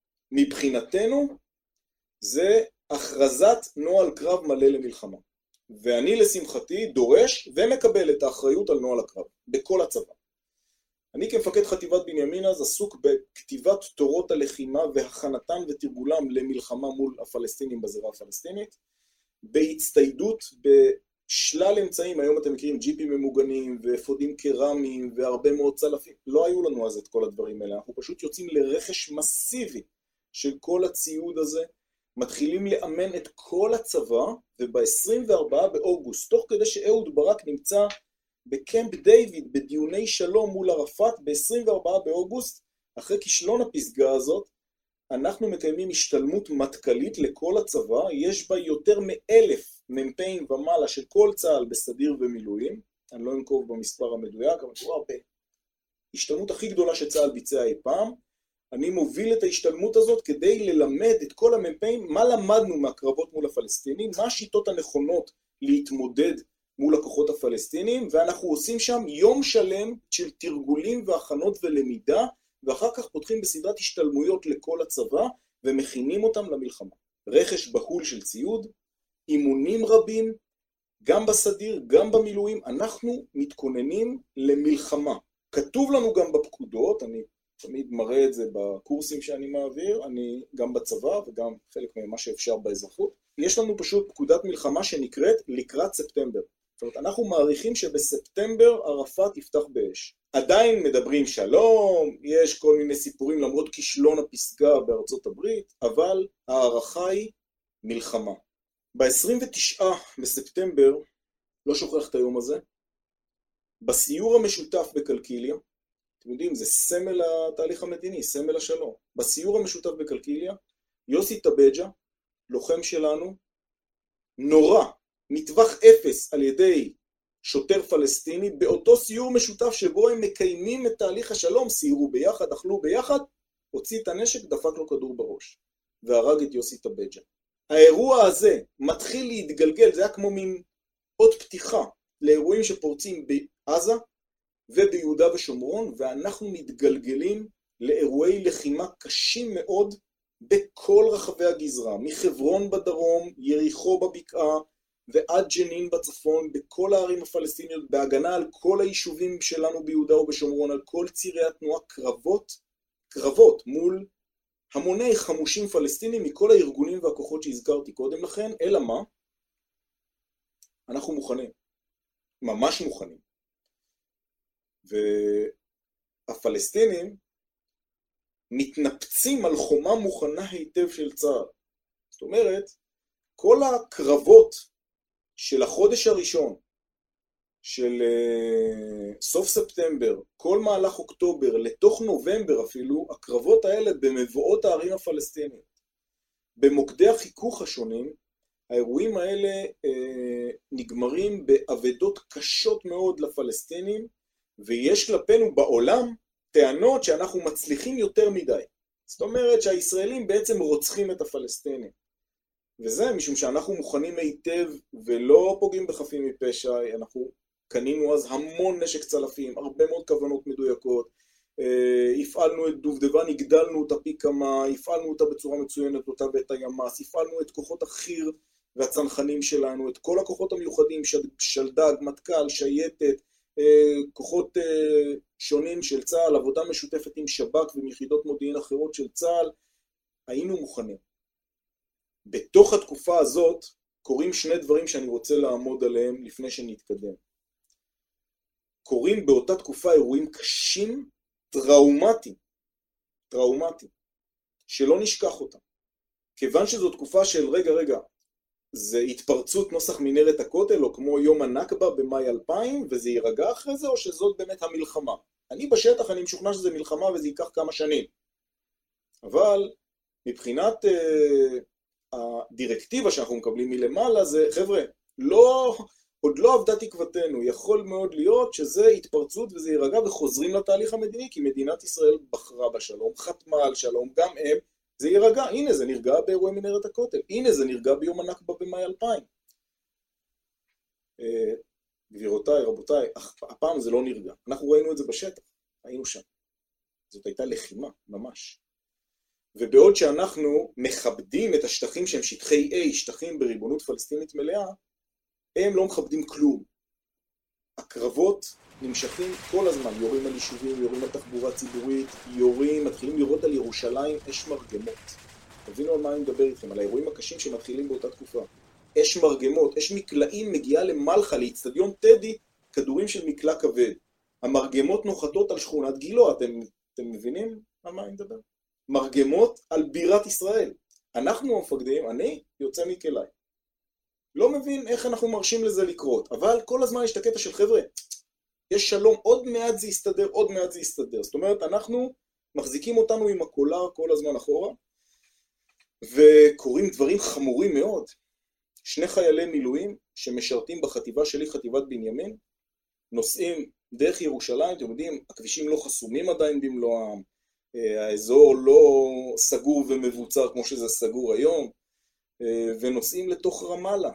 מבחינתנו זה הכרזת נוהל קרב מלא למלחמה. ואני לשמחתי דורש ומקבל את האחריות על נוהל הקרב, בכל הצבא. אני כמפקד חטיבת בנימין אז עסוק בכתיבת תורות הלחימה והכנתן ותרגולם למלחמה מול הפלסטינים בזירה הפלסטינית, בהצטיידות בשלל אמצעים, היום אתם מכירים ג'יפים ממוגנים ואפודים קרמיים והרבה מאוד צלפים, לא היו לנו אז את כל הדברים האלה, אנחנו פשוט יוצאים לרכש מסיבי של כל הציוד הזה, מתחילים לאמן את כל הצבא, וב-24 באוגוסט, תוך כדי שאהוד ברק נמצא בקמפ דיוויד, בדיוני שלום מול ערפאת, ב-24 באוגוסט, אחרי כישלון הפסגה הזאת, אנחנו מקיימים השתלמות מטכ"לית לכל הצבא, יש בה יותר מ1,000 מ"פים ומעלה של כל צה"ל בסדיר ומילואים, אני לא אנקוב במספר המדויק, אבל הוא הרבה. השתלמות הכי גדולה שצה"ל ביצע אי פעם, אני מוביל את ההשתלמות הזאת כדי ללמד את כל המ"פים מה למדנו מהקרבות מול הפלסטינים, מה השיטות הנכונות להתמודד מול הכוחות הפלסטינים, ואנחנו עושים שם יום שלם של תרגולים והכנות ולמידה, ואחר כך פותחים בסדרת השתלמויות לכל הצבא, ומכינים אותם למלחמה. רכש בהול של ציוד, אימונים רבים, גם בסדיר, גם במילואים, אנחנו מתכוננים למלחמה. כתוב לנו גם בפקודות, אני תמיד מראה את זה בקורסים שאני מעביר, אני גם בצבא וגם חלק ממה שאפשר באזרחות. יש לנו פשוט פקודת מלחמה שנקראת לקראת ספטמבר. זאת אומרת, אנחנו מעריכים שבספטמבר ערפאת יפתח באש. עדיין מדברים שלום, יש כל מיני סיפורים למרות כישלון הפסגה בארצות הברית, אבל הערכה היא מלחמה. ב-29 בספטמבר, לא שוכח את היום הזה, בסיור המשותף בקלקיליה, אתם יודעים, זה סמל התהליך המדיני, סמל השלום. בסיור המשותף בקלקיליה, יוסי טבג'ה, לוחם שלנו, נורא, מטווח אפס על ידי שוטר פלסטיני, באותו סיור משותף שבו הם מקיימים את תהליך השלום, סיירו ביחד, אכלו ביחד, הוציא את הנשק, דפק לו כדור בראש, והרג את יוסי טבג'ה. האירוע הזה מתחיל להתגלגל, זה היה כמו מין עוד פתיחה לאירועים שפורצים בעזה וביהודה ושומרון, ואנחנו מתגלגלים לאירועי לחימה קשים מאוד בכל רחבי הגזרה, מחברון בדרום, יריחו בבקעה, ועד ג'נין בצפון, בכל הערים הפלסטיניות, בהגנה על כל היישובים שלנו ביהודה ובשומרון, על כל צירי התנועה, קרבות מול המוני חמושים פלסטינים מכל הארגונים והכוחות שהזכרתי קודם לכן, אלא מה? אנחנו מוכנים, ממש מוכנים. והפלסטינים מתנפצים על חומה מוכנה היטב של צה"ל. זאת אומרת, כל הקרבות של החודש הראשון, של סוף ספטמבר, כל מהלך אוקטובר, לתוך נובמבר אפילו, הקרבות האלה במבואות הערים הפלסטיניות. במוקדי החיכוך השונים, האירועים האלה נגמרים בעבדות קשות מאוד לפלסטינים, ויש כלפינו בעולם טענות שאנחנו מצליחים יותר מדי. זאת אומרת שהישראלים בעצם רוצחים את הפלסטינים. וזה משום שאנחנו מוכנים היטב ולא פוגעים בחפים מפשע, אנחנו קנינו אז המון נשק צלפים, הרבה מאוד כוונות מדויקות, הפעלנו את דובדבן, הגדלנו אותה פי כמה, הפעלנו אותה בצורה מצוינת, אותה ואת הימ"ס, הפעלנו את כוחות החי"ר והצנחנים שלנו, את כל הכוחות המיוחדים, שלדג, מטכ"ל, שייטת, כוחות שונים של צה"ל, עבודה משותפת עם שב"כ ומיחידות מודיעין אחרות של צה"ל, היינו מוכנים. בתוך התקופה הזאת קורים שני דברים שאני רוצה לעמוד עליהם לפני שנתקדם. קורים באותה תקופה אירועים קשים, טראומטיים, שלא נשכח אותם. כיוון שזו תקופה של רגע, זה התפרצות נוסח מנהרת הכותל, או כמו יום הנכבה במאי 2000, וזה יירגע אחרי זה, או שזאת באמת המלחמה? אני בשטח, אני משוכנע שזה מלחמה וזה ייקח כמה שנים. אבל מבחינת הדירקטיבה שאנחנו מקבלים מלמעלה, זה, חבר'ה, עוד לא עבדה תקוותנו, יכול מאוד להיות שזה התפרצות וזה יירגע וחוזרים לתהליך המדיני, כי מדינת ישראל בחרה בשלום, חתמה על שלום, גם הם, זה יירגע. הנה זה נרגע באירועי מנהרת הכותל, הנה זה נרגע ביום הנכבה במאי 2000. גבירותיי, רבותיי, הפעם זה לא נרגע. אנחנו ראינו את זה בשטח, היינו שם. זאת הייתה לחימה, ממש. ובעוד שאנחנו מכבדים את השטחים שהם שטחי A, שטחים בריבונות פלסטינית מלאה, הם לא מכבדים כלום. הקרבות נמשכים כל הזמן, יורים על יישובים, יורים על תחבורה ציבורית, מתחילים לירות על ירושלים, אש מרגמות. תבינו על מה אני מדבר איתכם, על האירועים הקשים שמתחילים באותה תקופה. אש מרגמות, אש מקלעים מגיעה למלחה, לאצטדיון טדי, כדורים של מקלע כבד. המרגמות נוחתות על שכונת גילו, אתם מבינים על מה אני מדבר? מרגמות על בירת ישראל. אנחנו המפקדים, אני יוצא מכלי. לא מבין איך אנחנו מרשים לזה לקרות, אבל כל הזמן יש את הקטע של חבר'ה, יש שלום, עוד מעט זה יסתדר, עוד מעט זה יסתדר. זאת אומרת, אנחנו מחזיקים אותנו עם הקולר כל הזמן אחורה, וקוראים דברים חמורים מאוד. 2 חיילי מילואים שמשרתים בחטיבה שלי, חטיבת בנימין, נוסעים דרך ירושלים, אתם יודעים, הכבישים לא חסומים עדיין במלואם, האזור לא סגור ומבוצר כמו שזה סגור היום, ונוסעים לתוך רמאללה,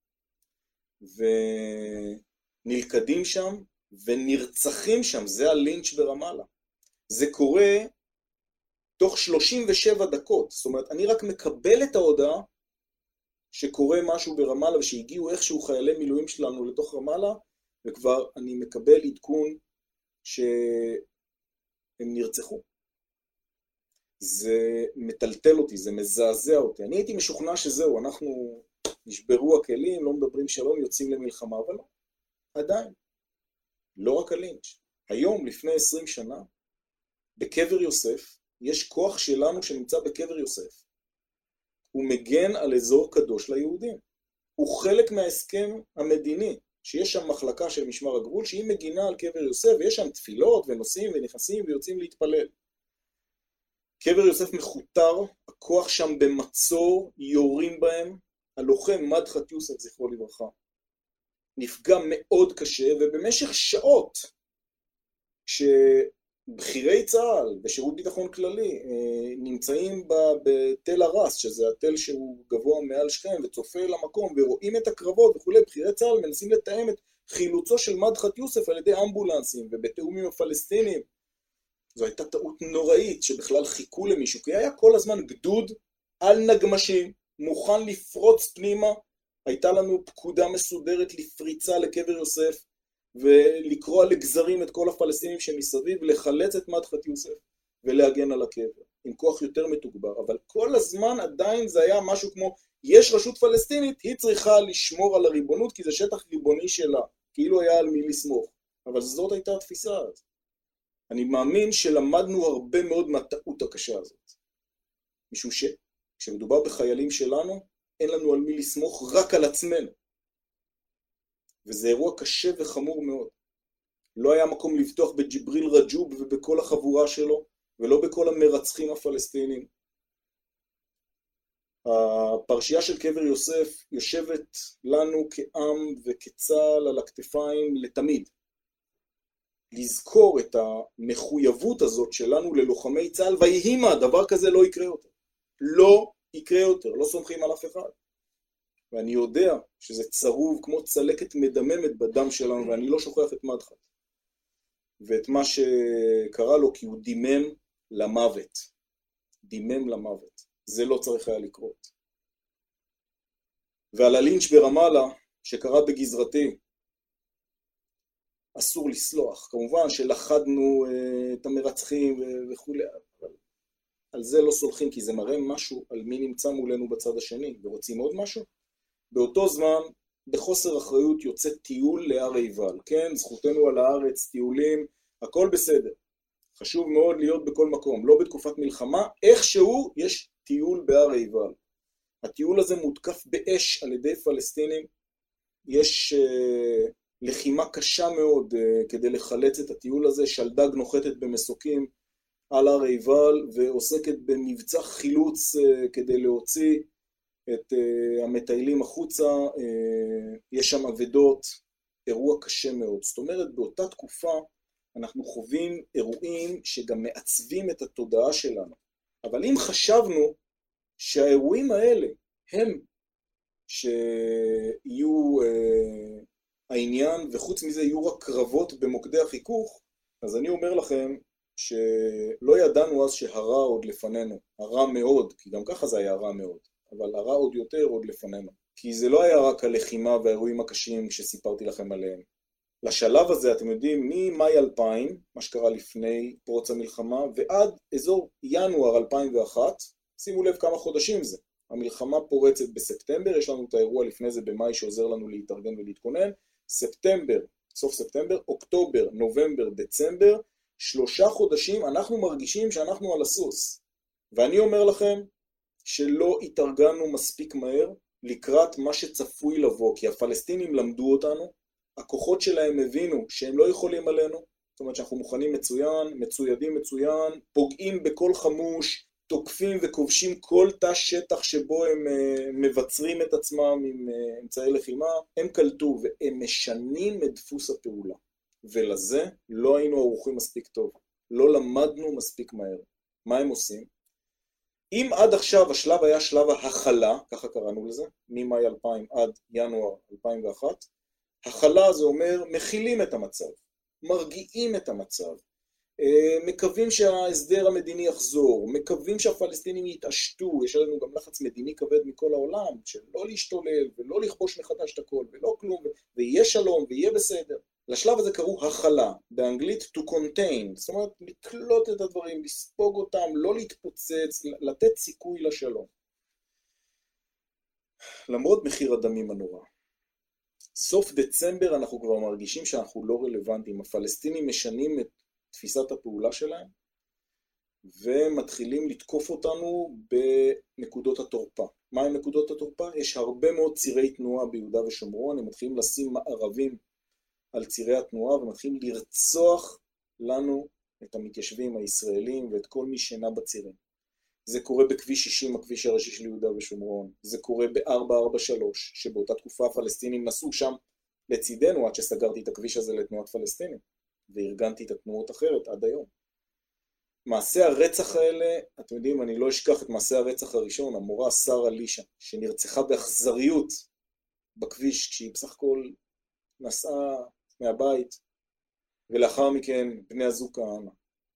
ונלכדים שם ונרצחים שם, זה הלינץ' ברמאללה. זה קורה תוך 37 דקות, זאת אומרת, אני רק מקבל את ההודעה שקורה משהו ברמאללה, ושהגיעו איכשהו חיילי מילואים שלנו לתוך רמאללה, וכבר אני מקבל עדכון שהם נרצחו. זה מטלטל אותי, זה מזעזע אותי. אני הייתי משוכנע שזהו, אנחנו נשברו הכלים, לא מדברים שלום, יוצאים למלחמה, אבל לא, עדיין. לא רק הלינץ'. היום, לפני 20 שנה, בקבר יוסף, יש כוח שלנו שנמצא בקבר יוסף. הוא מגן על אזור קדוש ליהודים. הוא חלק מההסכם המדיני, שיש שם מחלקה של משמר הגבול, שהיא מגינה על קבר יוסף, ויש שם תפילות ונוסעים ונכנסים ויוצאים להתפלל. קבר יוסף מחותר, הכוח שם במצור, יורים בהם, הלוחם מדחת יוסף, זכרו לברכה, נפגע מאוד קשה, ובמשך שעות, כשבחירי צה"ל בשירות ביטחון כללי נמצאים בתל הרס, שזה התל שהוא גבוה מעל שכם וצופה למקום, ורואים את הקרבות וכו', בחירי צה"ל מנסים לתאם את חילוצו של מדחת יוסף על ידי אמבולנסים ובתאום עם הפלסטינים. זו הייתה טעות נוראית שבכלל חיכו למישהו, כי היה כל הזמן גדוד על נגמשים, מוכן לפרוץ פנימה, הייתה לנו פקודה מסודרת לפריצה לקבר יוסף, ולקרוא לגזרים את כל הפלסטינים שמסביב, לחלץ את מדחת יוסף ולהגן על הקבר, עם כוח יותר מתוגבר. אבל כל הזמן עדיין זה היה משהו כמו, יש רשות פלסטינית, היא צריכה לשמור על הריבונות, כי זה שטח ריבוני שלה, כאילו היה על מי לסמוך. אבל זאת הייתה התפיסה הזאת. אני מאמין שלמדנו הרבה מאוד מהטעות הקשה הזאת. משום שכשמדובר בחיילים שלנו, אין לנו על מי לסמוך, רק על עצמנו. וזה אירוע קשה וחמור מאוד. לא היה מקום לפתוח בג'יבריל רג'וב ובכל החבורה שלו, ולא בכל המרצחים הפלסטינים. הפרשייה של קבר יוסף יושבת לנו כעם וכצה"ל על הכתפיים לתמיד. לזכור את המחויבות הזאת שלנו ללוחמי צה"ל, ויהי מה, דבר כזה לא יקרה יותר. לא יקרה יותר, לא סומכים על אף אחד. ואני יודע שזה צרוב כמו צלקת מדממת בדם שלנו, ואני לא שוכח את מדחת. ואת מה שקרה לו, כי הוא דימם למוות. דימם למוות. זה לא צריך היה לקרות. ועל הלינץ' ברמאללה, שקרה בגזרתי, אסור לסלוח. כמובן שלחדנו את המרצחים וכו', אבל על זה לא סולחים, כי זה מראה משהו על מי נמצא מולנו בצד השני. ורוצים עוד משהו? באותו זמן, בחוסר אחריות יוצא טיול להר עיבל. כן, זכותנו על הארץ, טיולים, הכל בסדר. חשוב מאוד להיות בכל מקום, לא בתקופת מלחמה, איכשהו יש טיול בהר עיבל. הטיול הזה מותקף באש על ידי פלסטינים, יש לחימה קשה מאוד כדי לחלץ את הטיול הזה, שלדג נוחתת במסוקים על הר עיבל ועוסקת במבצע חילוץ כדי להוציא את המטיילים החוצה, יש שם אבדות, אירוע קשה מאוד. זאת אומרת, באותה תקופה אנחנו חווים אירועים שגם מעצבים את התודעה שלנו. אבל אם חשבנו שהאירועים האלה הם שיהיו העניין, וחוץ מזה יהיו רק קרבות במוקדי החיכוך, אז אני אומר לכם שלא ידענו אז שהרע עוד לפנינו, הרע מאוד, כי גם ככה זה היה רע מאוד, אבל הרע עוד יותר עוד לפנינו. כי זה לא היה רק הלחימה והאירועים הקשים שסיפרתי לכם עליהם. לשלב הזה, אתם יודעים, ממאי 2000, מה שקרה לפני פרוץ המלחמה, ועד אזור ינואר 2001, שימו לב כמה חודשים זה. המלחמה פורצת בספטמבר, יש לנו את האירוע לפני זה במאי שעוזר לנו להתארגן ולהתכונן, ספטמבר, סוף ספטמבר, אוקטובר, נובמבר, דצמבר, 3 חודשים אנחנו מרגישים שאנחנו על הסוס. ואני אומר לכם שלא התארגנו מספיק מהר לקראת מה שצפוי לבוא, כי הפלסטינים למדו אותנו, הכוחות שלהם הבינו שהם לא יכולים עלינו, זאת אומרת שאנחנו מוכנים מצוין, מצוידים מצוין, פוגעים בכל חמוש, תוקפים וכובשים כל תא שטח שבו הם מבצרים את עצמם עם אמצעי לחימה, הם קלטו והם משנים את דפוס הפעולה. ולזה לא היינו ערוכים מספיק טוב, לא למדנו מספיק מהר. מה הם עושים? אם עד עכשיו השלב היה שלב ההכלה, ככה קראנו לזה, ממאי 2000 עד ינואר 2001, הכלה זה אומר מכילים את המצב, מרגיעים את המצב, מקווים שההסדר המדיני יחזור, מקווים שהפלסטינים יתעשתו, יש לנו גם לחץ מדיני כבד מכל העולם, שלא להשתולל ולא לכבוש מחדש את הכל ולא כלום, ויהיה שלום ויהיה בסדר. לשלב הזה קראו הכלה, באנגלית to contain, זאת אומרת לקלוט את הדברים, לספוג אותם, לא להתפוצץ, לתת סיכוי לשלום. למרות מחיר הדמים הנורא. סוף דצמבר אנחנו כבר מרגישים שאנחנו לא רלוונטיים, הפלסטינים משנים את תפיסת הפעולה שלהם, ומתחילים לתקוף אותנו בנקודות התורפה. מה הם נקודות התורפה? יש הרבה מאוד צירי תנועה ביהודה ושומרון, הם מתחילים לשים מערבים על צירי התנועה, ומתחילים לרצוח לנו את המתיישבים הישראלים, ואת כל מי שנע בצירים. זה קורה בכביש 60, הכביש הראשי של יהודה ושומרון, זה קורה ב-443, שבאותה תקופה הפלסטינים נסעו שם לצידנו, עד שסגרתי את הכביש הזה לתנועת פלסטינים. וארגנתי את התנועות אחרת עד היום. מעשי הרצח האלה, אתם יודעים, אני לא אשכח את מעשי הרצח הראשון, המורה שרה לישה, שנרצחה באכזריות בכביש, כשהיא בסך הכל נסעה מהבית, ולאחר מכן בני הזוג כהנא.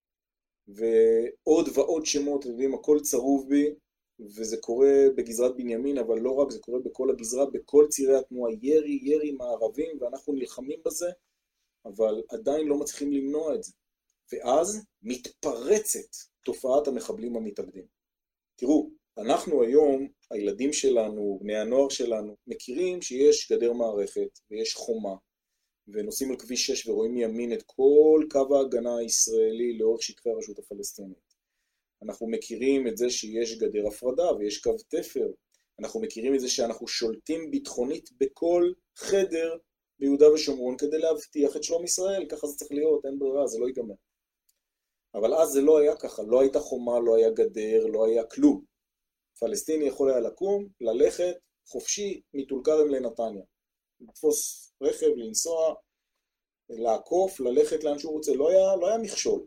ועוד ועוד שמות, אתם יודעים, הכל צרוב בי, וזה קורה בגזרת בנימין, אבל לא רק, זה קורה בכל הגזרה, בכל צירי התנועה, ירי מערבים, ואנחנו נלחמים בזה, אבל עדיין לא מצליחים למנוע את זה. ואז מתפרצת תופעת המחבלים המתאבדים. תראו, אנחנו היום, הילדים שלנו, בני הנוער שלנו, מכירים שיש גדר מערכת ויש חומה, ונוסעים על כביש 6 ורואים מימין את כל קו ההגנה הישראלי לאורך שטחי הרשות הפלסטינית. אנחנו מכירים את זה שיש גדר הפרדה ויש קו תפר. אנחנו מכירים את זה שאנחנו שולטים ביטחונית בכל חדר ביהודה ושומרון כדי להבטיח את שלום ישראל, ככה זה צריך להיות, אין ברירה, זה לא ייגמר. אבל אז זה לא היה ככה, לא הייתה חומה, לא היה גדר, לא היה כלום. פלסטיני יכול היה לקום, ללכת, חופשי, מטול כרם לנתניה. לתפוס רכב, לנסוע, לעקוף, ללכת לאן שהוא רוצה, לא היה מכשול.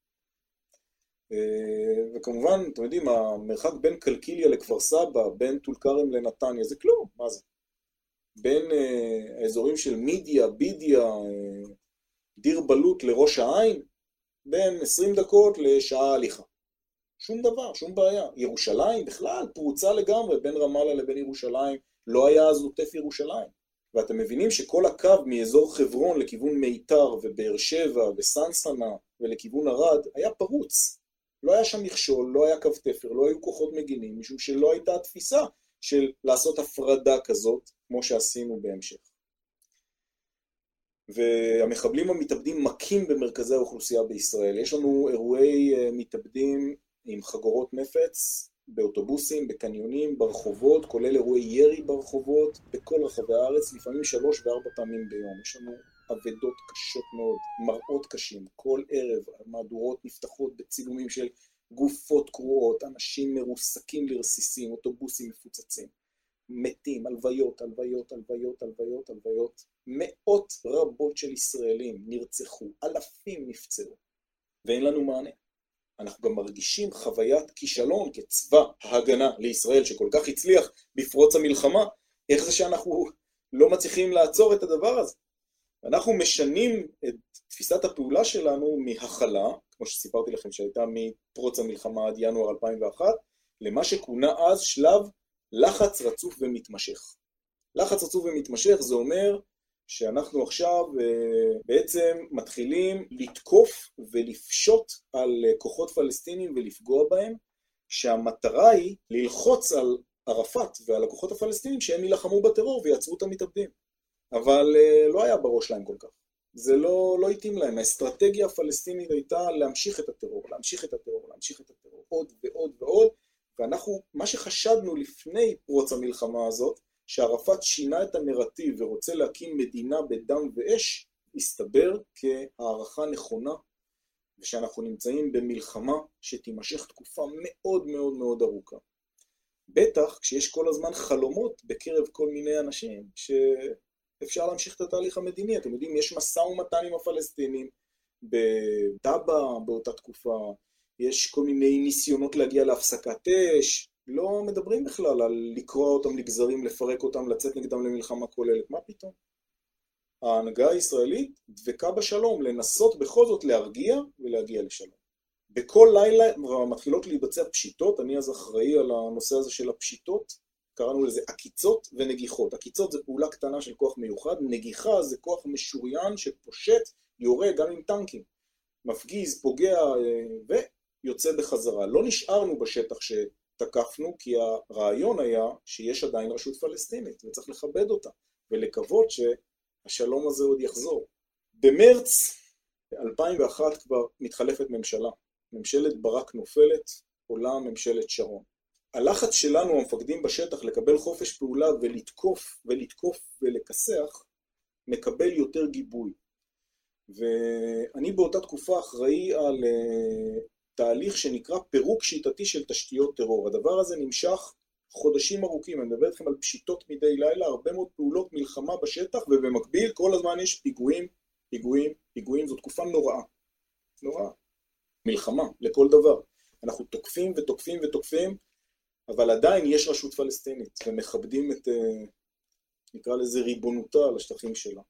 וכמובן, אתם יודעים, המרחק בין קלקיליה לכפר סבא, בין טול כרם לנתניה, זה כלום, מה זה? בין האזורים של מידיה, בידיה, דיר בלוט לראש העין, בין 20 דקות לשעה הליכה. שום דבר, שום בעיה. ירושלים בכלל פרוצה לגמרי, בין רמאללה לבין ירושלים, לא היה אז עוטף ירושלים. ואתם מבינים שכל הקו מאזור חברון לכיוון מיתר ובאר שבע וסנסנה ולכיוון ערד היה פרוץ. לא היה שם מכשול, לא היה קו תפר, לא היו כוחות מגינים, משום שלא הייתה התפיסה של לעשות הפרדה כזאת, כמו שעשינו בהמשך. והמחבלים המתאבדים מכים במרכזי האוכלוסייה בישראל. יש לנו אירועי מתאבדים עם חגורות נפץ באוטובוסים, בקניונים, ברחובות, כולל אירועי ירי ברחובות, בכל רחבי הארץ, לפעמים 3 ו4 פעמים ביום. יש לנו עבדות קשות מאוד, מראות קשים, כל ערב המהדורות נפתחות בצילומים של גופות קרועות, אנשים מרוסקים לרסיסים, אוטובוסים מפוצצים, מתים, הלוויות, הלוויות, הלוויות, הלוויות, הלוויות, מאות רבות של ישראלים נרצחו, אלפים נפצעו, ואין לנו מענה. אנחנו גם מרגישים חוויית כישלון כצבא ההגנה לישראל שכל כך הצליח בפרוץ המלחמה. איך זה שאנחנו לא מצליחים לעצור את הדבר הזה? אנחנו משנים את תפיסת הפעולה שלנו מהכלה, כמו שסיפרתי לכם שהייתה מפרוץ המלחמה עד ינואר 2001, למה שכונה אז שלב לחץ רצוף ומתמשך. לחץ רצוף ומתמשך זה אומר שאנחנו עכשיו בעצם מתחילים לתקוף ולפשוט על כוחות פלסטינים ולפגוע בהם, שהמטרה היא ללחוץ על ערפאת ועל הכוחות הפלסטינים שהם ילחמו בטרור ויעצרו את המתאבדים. אבל לא היה בראש להם כל כך. זה לא התאים להם. האסטרטגיה הפלסטינית הייתה להמשיך את הטרור, להמשיך את הטרור, להמשיך את הטרור, עוד ועוד ועוד, ואנחנו, מה שחשדנו לפני פרוץ המלחמה הזאת, שערפאת שינה את הנרטיב ורוצה להקים מדינה בדם ואש, הסתבר כהערכה נכונה, ושאנחנו נמצאים במלחמה שתימשך תקופה מאוד מאוד מאוד ארוכה. בטח כשיש כל הזמן חלומות בקרב כל מיני אנשים שאפשר להמשיך את התהליך המדיני. אתם יודעים, יש משא ומתן עם הפלסטינים בדאבה באותה תקופה, יש כל מיני ניסיונות להגיע להפסקת אש, לא מדברים בכלל על לקרוא אותם לגזרים, לפרק אותם, לצאת נגדם למלחמה כוללת. מה פתאום? ההנהגה הישראלית דבקה בשלום, לנסות בכל זאת להרגיע ולהגיע לשלום. בכל לילה מתחילות להיבצע פשיטות, אני אז אחראי על הנושא הזה של הפשיטות, קראנו לזה עקיצות ונגיחות. עקיצות זה פעולה קטנה של כוח מיוחד, נגיחה זה כוח משוריין שפושט, יורה גם עם טנקים, מפגיז, פוגע ויוצא בחזרה. לא נשארנו בשטח שתקפנו, כי הרעיון היה שיש עדיין רשות פלסטינית, וצריך לכבד אותה, ולקוות שהשלום הזה עוד יחזור. במרץ 2001 כבר מתחלפת ממשלה. ממשלת ברק נופלת, עולה ממשלת שרון. הלחץ שלנו, המפקדים בשטח, לקבל חופש פעולה ולתקוף ולכסח, מקבל יותר גיבוי. ואני באותה תקופה אחראי על תהליך שנקרא פירוק שיטתי של תשתיות טרור. הדבר הזה נמשך חודשים ארוכים, אני מדבר איתכם על פשיטות מדי לילה, הרבה מאוד פעולות מלחמה בשטח, ובמקביל כל הזמן יש פיגועים, זו תקופה נוראה. מלחמה, לכל דבר. אנחנו תוקפים ותוקפים ותוקפים, אבל עדיין יש רשות פלסטינית, ומכבדים את, נקרא לזה, ריבונותה על השטחים שלה.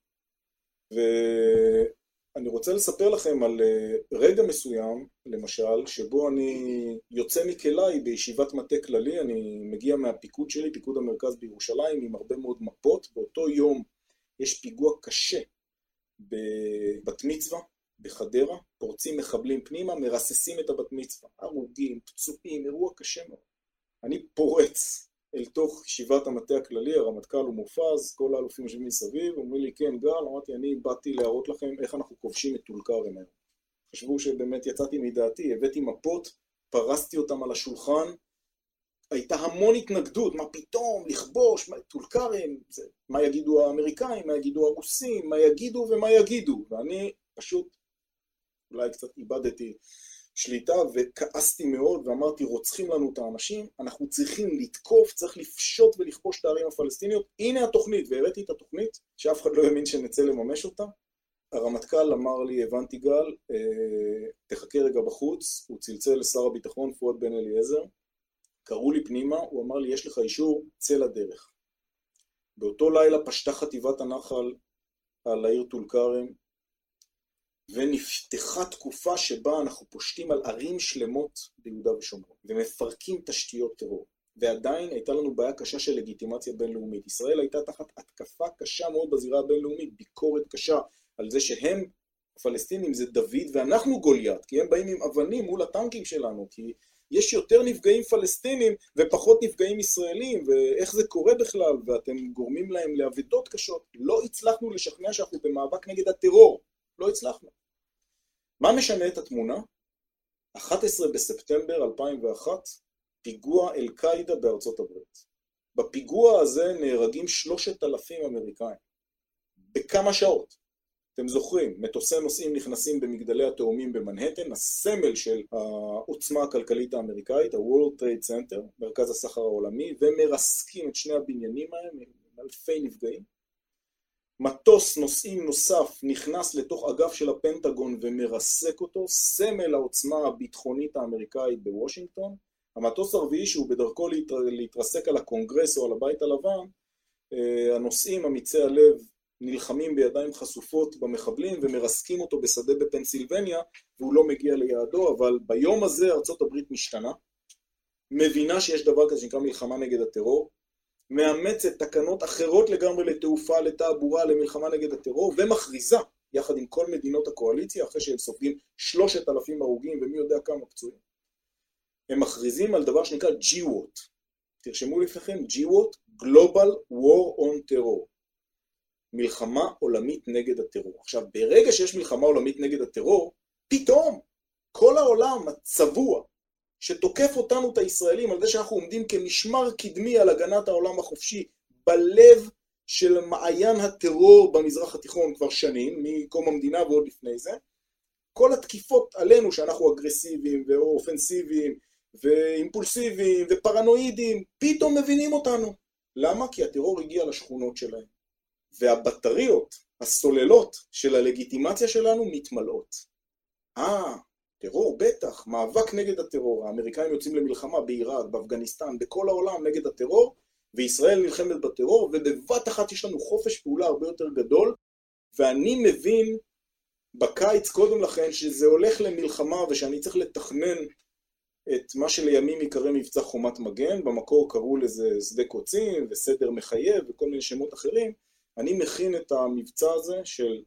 ואני רוצה לספר לכם על רגע מסוים, למשל, שבו אני יוצא מכלי בישיבת מטה כללי, אני מגיע מהפיקוד שלי, פיקוד המרכז בירושלים, עם הרבה מאוד מפות. באותו יום יש פיגוע קשה בבת מצווה, בחדרה, פורצים מחבלים פנימה, מרססים את הבת מצווה, הרוגים, פצועים, אירוע קשה מאוד. אני פורץ אל תוך ישיבת המטה הכללי, הרמטכ"ל ומופז, כל האלופים יושבים מסביב, אומרים לי, כן גל, אמרתי, אני באתי להראות לכם איך אנחנו כובשים את טול כרם היום. חשבו שבאמת יצאתי מדעתי, הבאתי מפות, פרסתי אותם על השולחן, הייתה המון התנגדות, מה פתאום, לכבוש, טול כרם, מה יגידו האמריקאים, מה יגידו הרוסים, מה יגידו ומה יגידו, ואני פשוט אולי קצת איבדתי שליטה וכעסתי מאוד ואמרתי, רוצחים לנו את האנשים, אנחנו צריכים לתקוף, צריך לפשוט ולכבוש את הערים הפלסטיניות. הנה התוכנית, והראיתי את התוכנית, שאף אחד לא האמין שנצא לממש אותה. הרמטכ"ל אמר לי, הבנתי גל, תחכה רגע בחוץ, הוא צלצל לשר הביטחון פואד בן אליעזר, קראו לי פנימה, הוא אמר לי, יש לך אישור, צא לדרך. באותו לילה פשטה חטיבת הנחל על העיר טול כרם, ונפתחה תקופה שבה אנחנו פושטים על ערים שלמות ביהודה ושומרון, ומפרקים תשתיות טרור. ועדיין הייתה לנו בעיה קשה של לגיטימציה בינלאומית. ישראל הייתה תחת התקפה קשה מאוד בזירה הבינלאומית, ביקורת קשה על זה שהם, הפלסטינים, זה דוד ואנחנו גוליית, כי הם באים עם אבנים מול הטנקים שלנו, כי יש יותר נפגעים פלסטינים ופחות נפגעים ישראלים, ואיך זה קורה בכלל, ואתם גורמים להם לעבדות קשות. לא הצלחנו לשכנע שאנחנו במאבק נגד הטרור, לא הצלחנו. מה משנה את התמונה? 11 בספטמבר 2001, פיגוע אל-קאידה בארצות הברית. בפיגוע הזה נהרגים 3,000 אמריקאים. בכמה שעות. אתם זוכרים, מטוסי נוסעים נכנסים במגדלי התאומים במנהטן, הסמל של העוצמה הכלכלית האמריקאית, ה-World Trade Center, מרכז הסחר העולמי, ומרסקים את שני הבניינים האלה, אלפי נפגעים. מטוס נוסעים נוסף נכנס לתוך אגף של הפנטגון ומרסק אותו, סמל העוצמה הביטחונית האמריקאית בוושינגטון. המטוס הרביעי שהוא בדרכו להתרסק על הקונגרס או על הבית הלבן, הנוסעים אמיצי הלב נלחמים בידיים חשופות במחבלים ומרסקים אותו בשדה בפנסילבניה והוא לא מגיע ליעדו, אבל ביום הזה ארצות הברית משתנה, מבינה שיש דבר כזה שנקרא מלחמה נגד הטרור, מאמצת תקנות אחרות לגמרי לתעופה, לתעבורה, למלחמה נגד הטרור, ומכריזה יחד עם כל מדינות הקואליציה, אחרי שהם סופגים 3,000 הרוגים ומי יודע כמה פצועים, הם מכריזים על דבר שנקרא GWOT. תרשמו לפניכם, GWOT, Global War on Terror. מלחמה עולמית נגד הטרור. עכשיו, ברגע שיש מלחמה עולמית נגד הטרור, פתאום כל העולם הצבוע שתוקף אותנו את הישראלים על זה שאנחנו עומדים כמשמר קדמי על הגנת העולם החופשי בלב של מעיין הטרור במזרח התיכון כבר שנים, מקום המדינה ועוד לפני זה, כל התקיפות עלינו שאנחנו אגרסיביים ואופנסיביים ואימפולסיביים ופרנואידים, פתאום מבינים אותנו. למה? כי הטרור הגיע לשכונות שלהם. והבטריות, הסוללות של הלגיטימציה שלנו מתמלאות. טרור, בטח, מאבק נגד הטרור. האמריקאים יוצאים למלחמה בעיראק, באפגניסטן, בכל העולם נגד הטרור, וישראל נלחמת בטרור, ובבת אחת יש לנו חופש פעולה הרבה יותר גדול, ואני מבין בקיץ קודם לכן שזה הולך למלחמה ושאני צריך לתכנן את מה שלימים יקרא מבצע חומת מגן, במקור קראו לזה שדה קוצים וסדר מחייב וכל מיני שמות אחרים. אני מכין את המבצע הזה של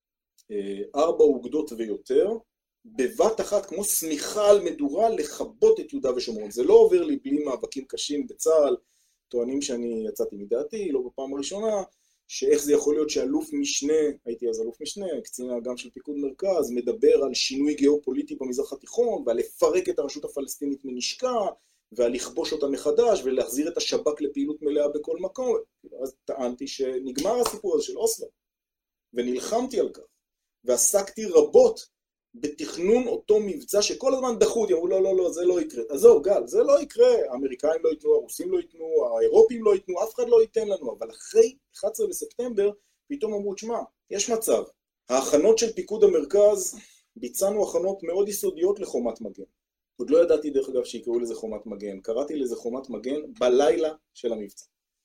4 אוגדות ויותר, בבת אחת כמו סמיכה על מדורה לכבות את יהודה ושומרון. זה לא עובר לי בלי מאבקים קשים בצה"ל, טוענים שאני יצאתי מדעתי, לא בפעם הראשונה, שאיך זה יכול להיות שאלוף משנה, הייתי אז אלוף משנה, קצין האג"ם של פיקוד מרכז, מדבר על שינוי גיאופוליטי במזרח התיכון, ועל לפרק את הרשות הפלסטינית מנשקה, ועל לכבוש אותה מחדש, ולהחזיר את השב"כ לפעילות מלאה בכל מקום. אז טענתי שנגמר הסיפור הזה של אוסלו, ונלחמתי על כך, ועסקתי רבות בתכנון אותו מבצע שכל הזמן דחו אותי, אמרו לא, זה לא יקרה. אז זהו גל, זה לא יקרה, האמריקאים לא ייתנו, הרוסים לא ייתנו, האירופים לא ייתנו, אף אחד לא ייתן לנו, אבל אחרי 11 בספטמבר, פתאום אמרו, תשמע, יש מצב. ההכנות של פיקוד המרכז, ביצענו הכנות מאוד יסודיות לחומת מגן. עוד לא ידעתי דרך אגב שיקראו לזה חומת מגן, קראתי לזה חומת מגן בלילה של המבצע.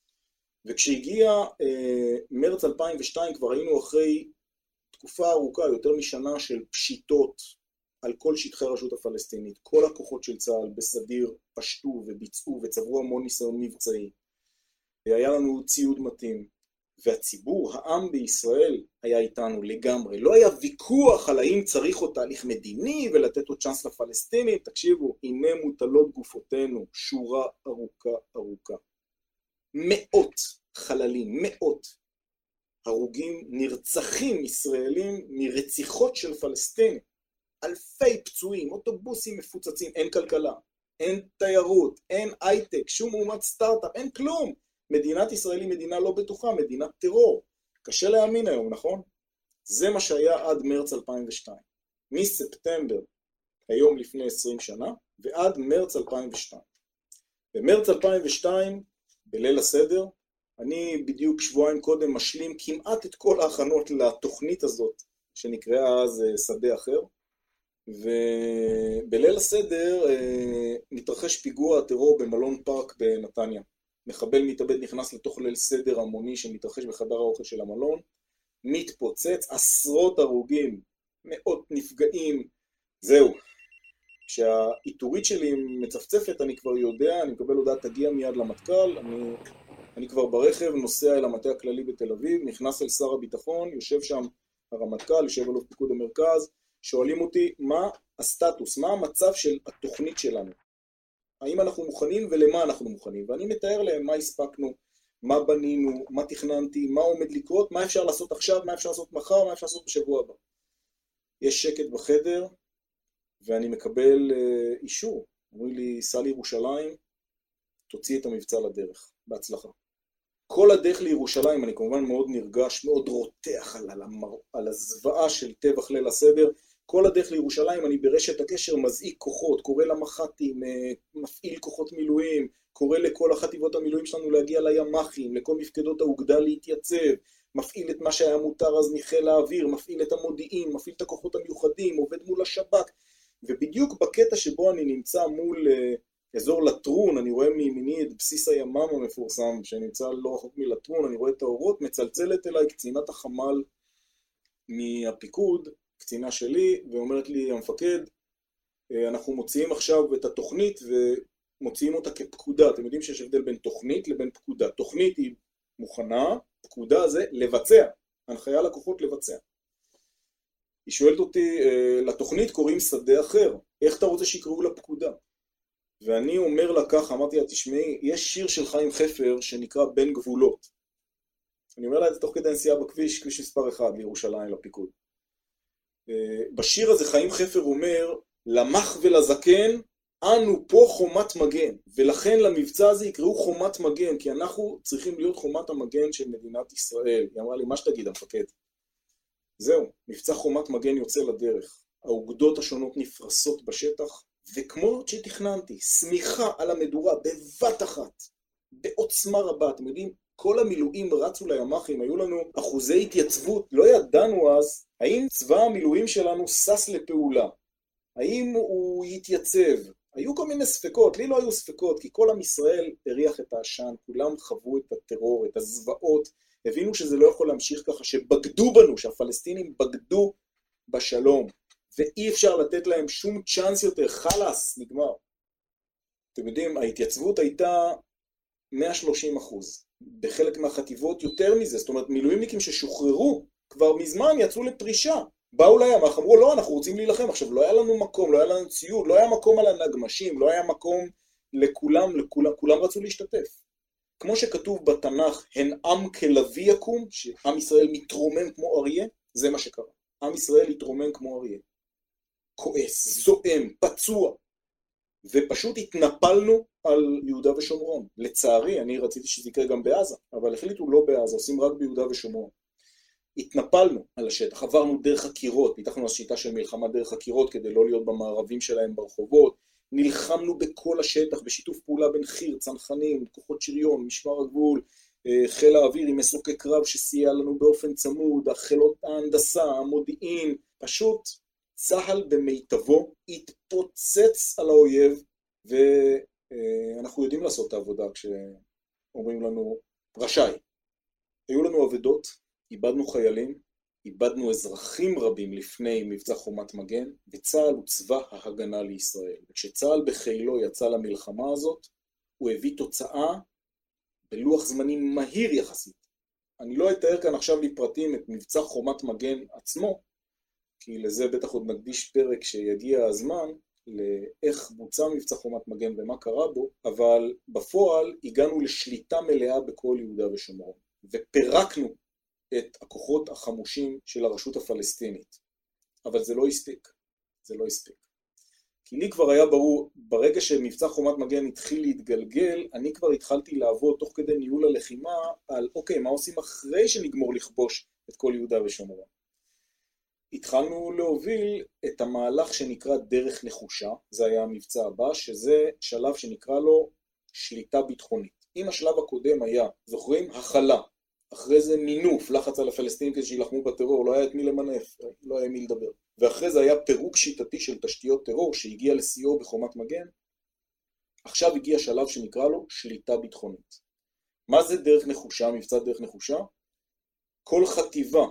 וכשהגיע מרץ 2002 כבר היינו אחרי תקופה ארוכה, יותר משנה של פשיטות על כל שטחי הרשות הפלסטינית. כל הכוחות של צה"ל בסדיר פשטו וביצעו וצברו המון ניסיון מבצעי. היה לנו ציוד מתאים, והציבור, העם בישראל היה איתנו לגמרי. לא היה ויכוח על האם צריך עוד תהליך מדיני ולתת עוד צ'אנס לפלסטינים. תקשיבו, הנה מוטלות גופותינו, שורה ארוכה. מאות חללים, מאות. הרוגים, נרצחים ישראלים מרציחות של פלסטינים, אלפי פצועים, אוטובוסים מפוצצים, אין כלכלה, אין תיירות, אין הייטק, שום אומת סטארט-אפ, אין כלום. מדינת ישראל היא מדינה לא בטוחה, מדינת טרור. קשה להאמין היום, נכון? זה מה שהיה עד מרץ 2002. מספטמבר, היום לפני 20 שנה, ועד מרץ 2002. במרץ 2002, בליל הסדר, אני בדיוק שבועיים קודם משלים כמעט את כל ההכנות לתוכנית הזאת, שנקראה אז שדה אחר, ובליל הסדר מתרחש פיגוע הטרור במלון פארק בנתניה. מחבל מתאבד נכנס לתוך ליל סדר המוני שמתרחש בחדר האוכל של המלון, מתפוצץ, עשרות הרוגים, מאות נפגעים, זהו. כשהעיתורית שלי מצפצפת אני כבר יודע, אני מקבל הודעה תגיע מיד למטכ"ל, אני כבר ברכב, נוסע אל המטה הכללי בתל אביב, נכנס אל שר הביטחון, יושב שם הרמטכ"ל, יושב אלוף פיקוד המרכז, שואלים אותי מה הסטטוס, מה המצב של התוכנית שלנו, האם אנחנו מוכנים ולמה אנחנו מוכנים, ואני מתאר להם מה הספקנו, מה בנינו, מה תכננתי, מה עומד לקרות, מה אפשר לעשות עכשיו, מה אפשר לעשות מחר, מה אפשר לעשות בשבוע הבא. יש שקט בחדר, ואני מקבל אישור, אומרים לי סע לירושלים, תוציא את המבצע לדרך, בהצלחה. כל הדרך לירושלים, אני כמובן מאוד נרגש, מאוד רותח על הזוועה של טבח ליל הסדר, כל הדרך לירושלים אני ברשת הקשר מזעיק כוחות, קורא למח"טים, מפעיל כוחות מילואים, קורא לכל החטיבות המילואים שלנו להגיע לימ"חים, לכל מפקדות האוגדה להתייצב, מפעיל את מה שהיה מותר אז מחיל האוויר, מפעיל את המודיעין, מפעיל את הכוחות המיוחדים, עובד מול השב"כ, ובדיוק בקטע שבו אני נמצא מול אזור לטרון, אני רואה מימיני את בסיס הימ"מ המפורסם, שנמצא לא רחוק מלטרון, אני רואה את האורות, מצלצלת אליי קצינת החמ"ל מהפיקוד, קצינה שלי, ואומרת לי, המפקד, אנחנו מוציאים עכשיו את התוכנית ומוציאים אותה כפקודה. אתם יודעים שיש הבדל בין תוכנית לבין פקודה. תוכנית היא מוכנה, פקודה זה לבצע, הנחיה לכוחות לבצע. היא שואלת אותי, לתוכנית קוראים שדה אחר, איך אתה רוצה שיקראו לפקודה? ואני אומר לה ככה, אמרתי לה, תשמעי, יש שיר של חיים חפר שנקרא בין גבולות. אני אומר לה את זה תוך כדי נסיעה בכביש, כביש מספר 1 לירושלים, לפיקוד. בשיר הזה חיים חפר אומר, למח ולזקן, אנו פה חומת מגן, ולכן למבצע הזה יקראו חומת מגן, כי אנחנו צריכים להיות חומת המגן של מדינת ישראל. היא אמרה לי, מה שתגיד המפקד? זהו, מבצע חומת מגן יוצא לדרך. האוגדות השונות נפרסות בשטח, וכמו שתכננתי, סמיכה על המדורה בבת אחת, בעוצמה רבה, אתם יודעים, כל המילואים רצו לימ"חים, היו לנו אחוזי התייצבות, לא ידענו אז, האם צבא המילואים שלנו סס לפעולה, האם הוא יתייצב, היו כל מיני ספקות, לי לא היו ספקות, כי כל עם ישראל הריח את העשן, כולם חוו את הטרור, את הזוועות, הבינו שזה לא יכול להמשיך ככה, שבגדו בנו, שהפלסטינים בגדו בשלום, ואי אפשר לתת להם שום צ'אנס יותר, חלאס, נגמר. אתם יודעים, ההתייצבות הייתה 130%. בחלק מהחטיבות יותר מזה, זאת אומרת, מילואימניקים ששוחררו, כבר מזמן יצאו לפרישה. באו לימ"ח, אמרו, לא, אנחנו רוצים להילחם. עכשיו, לא היה לנו מקום, לא היה לנו ציוד, לא היה מקום על הנגמשים, לא היה מקום לכולם, כולם רצו להשתתף. כמו שכתוב בתנ"ך, הן עם כלביא יקום, שעם ישראל מתרומם כמו אריה, זה מה שקרה. עם ישראל התרומם כמו אריה. כועס, זועם, פצוע. ופשוט התנפלנו על יהודה ושומרון. לצערי, אני רציתי שזה יקרה גם בעזה, אבל החליטו לא בעזה, עושים רק ביהודה ושומרון. התנפלנו על השטח, עברנו דרך הקירות, פיתחנו השיטה של מלחמה דרך הקירות כדי לא להיות במערבים שלהם ברחובות, נלחמנו בכל השטח, בשיתוף פעולה בין חי"ר, צנחנים, כוחות שריון, משמר הגבול, חיל האוויר עם מסוקי קרב שסייע לנו באופן צמוד, החילות ההנדסה, המודיעין, פשוט צה"ל במיטבו התפוצץ על האויב, ואנחנו יודעים לעשות את העבודה כשאומרים לנו רשאי. היו לנו עבודות, איבדנו חיילים, איבדנו אזרחים רבים לפני מבצע חומת מגן, וצה"ל הוא צבא ההגנה לישראל. וכשצה"ל בחילו יצא למלחמה הזאת, הוא הביא תוצאה בלוח זמנים מהיר יחסית. אני לא אתאר כאן עכשיו לפרטים את מבצע חומת מגן עצמו, כי לזה בטח עוד נקדיש פרק שיגיע הזמן, לאיך בוצע מבצע חומת מגן ומה קרה בו, אבל בפועל הגענו לשליטה מלאה בכל יהודה ושומרון, ופירקנו את הכוחות החמושים של הרשות הפלסטינית. אבל זה לא הספיק, זה לא הספיק. כי לי כבר היה ברור, ברגע שמבצע חומת מגן התחיל להתגלגל, אני כבר התחלתי לעבוד תוך כדי ניהול הלחימה על אוקיי, מה עושים אחרי שנגמור לכבוש את כל יהודה ושומרון. התחלנו להוביל את המהלך שנקרא דרך נחושה, זה היה המבצע הבא, שזה שלב שנקרא לו שליטה ביטחונית. אם השלב הקודם היה, זוכרים? הכלה, אחרי זה מינוף, לחץ על הפלסטינים כדי שילחמו בטרור, לא היה את מי למנף, לא היה מי לדבר. ואחרי זה היה פירוק שיטתי של תשתיות טרור שהגיע לשיאו בחומת מגן. עכשיו הגיע שלב שנקרא לו שליטה ביטחונית. מה זה דרך נחושה, מבצע דרך נחושה? כל חטיבה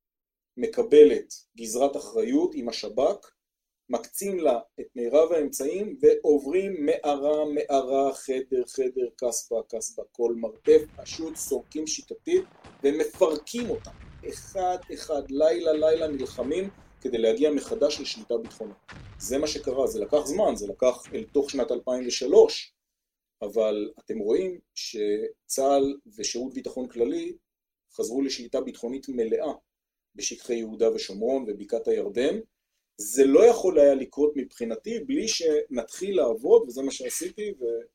מקבלת גזרת אחריות עם השב"כ, מקצים לה את מירב האמצעים ועוברים מערה, חדר, כסבה, כל מרתף, פשוט סורקים שיטתית ומפרקים אותם. אחד, לילה נלחמים כדי להגיע מחדש לשליטה ביטחונית. זה מה שקרה, זה לקח זמן, זה לקח אל תוך שנת 2003, אבל אתם רואים שצה"ל ושירות ביטחון כללי חזרו לשליטה ביטחונית מלאה בשטחי יהודה ושומרון ובקעת הירדן. זה לא יכול היה לקרות מבחינתי בלי שנתחיל לעבוד, וזה מה שעשיתי,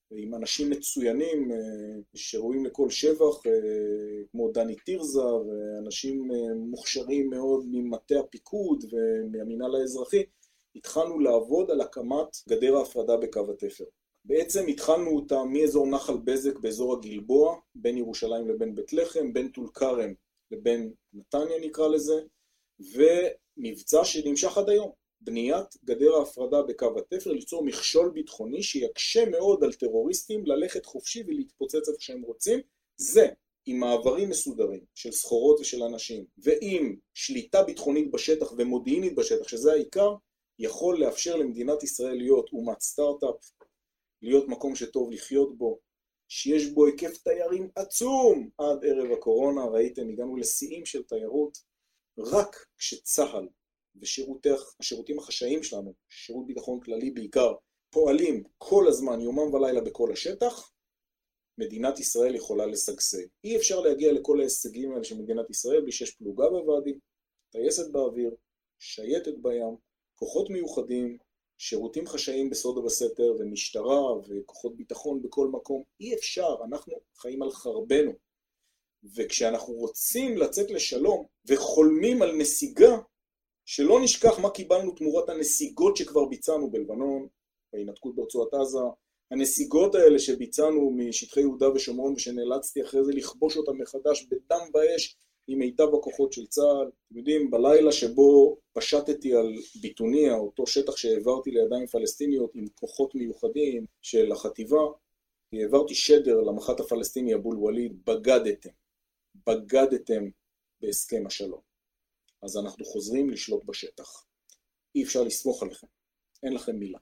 עם אנשים מצוינים שראויים לכל שבח, כמו דני תירזה, ואנשים מוכשרים מאוד ממטה הפיקוד ומהמינהל האזרחי, התחלנו לעבוד על הקמת גדר ההפרדה בקו התפר. בעצם התחלנו אותה מאזור נחל בזק באזור הגלבוע, בין ירושלים לבין בית לחם, בין טול כרם לבין נתניה נקרא לזה, ומבצע שנמשך עד היום. בניית גדר ההפרדה בקו התפר, ליצור מכשול ביטחוני שיקשה מאוד על טרוריסטים ללכת חופשי ולהתפוצץ איפה שהם רוצים. זה עם מעברים מסודרים של סחורות ושל אנשים, ועם שליטה ביטחונית בשטח ומודיעינית בשטח, שזה העיקר, יכול לאפשר למדינת ישראל להיות אומת סטארט-אפ, להיות מקום שטוב לחיות בו, שיש בו היקף תיירים עצום עד ערב הקורונה. ראיתם, הגענו לשיאים של תיירות. רק כשצה"ל והשירותים החשאיים שלנו, שירות ביטחון כללי בעיקר, פועלים כל הזמן, יומם ולילה בכל השטח, מדינת ישראל יכולה לשגשג. אי אפשר להגיע לכל ההישגים האלה של מדינת ישראל בלי שיש פלוגה בוואדי, טייסת באוויר, שייטת בים, כוחות מיוחדים, שירותים חשאיים בסוד ובסתר, ומשטרה וכוחות ביטחון בכל מקום. אי אפשר, אנחנו חיים על חרבנו. וכשאנחנו רוצים לצאת לשלום וחולמים על נסיגה, שלא נשכח מה קיבלנו תמורת הנסיגות שכבר ביצענו בלבנון, בהינתקות ברצועת עזה, הנסיגות האלה שביצענו משטחי יהודה ושומרון, ושנאלצתי אחרי זה לכבוש אותם מחדש בדם באש עם מיטב הכוחות של צה"ל. אתם יודעים, בלילה שבו פשטתי על ביטוניה, אותו שטח שהעברתי לידיים פלסטיניות עם כוחות מיוחדים של החטיבה, העברתי שדר למח"ט הפלסטיני אבו אל-וליד, בגדתם בהסכם השלום. אז אנחנו חוזרים לשלוט בשטח. אי אפשר לסמוך עליכם, אין לכם מילה.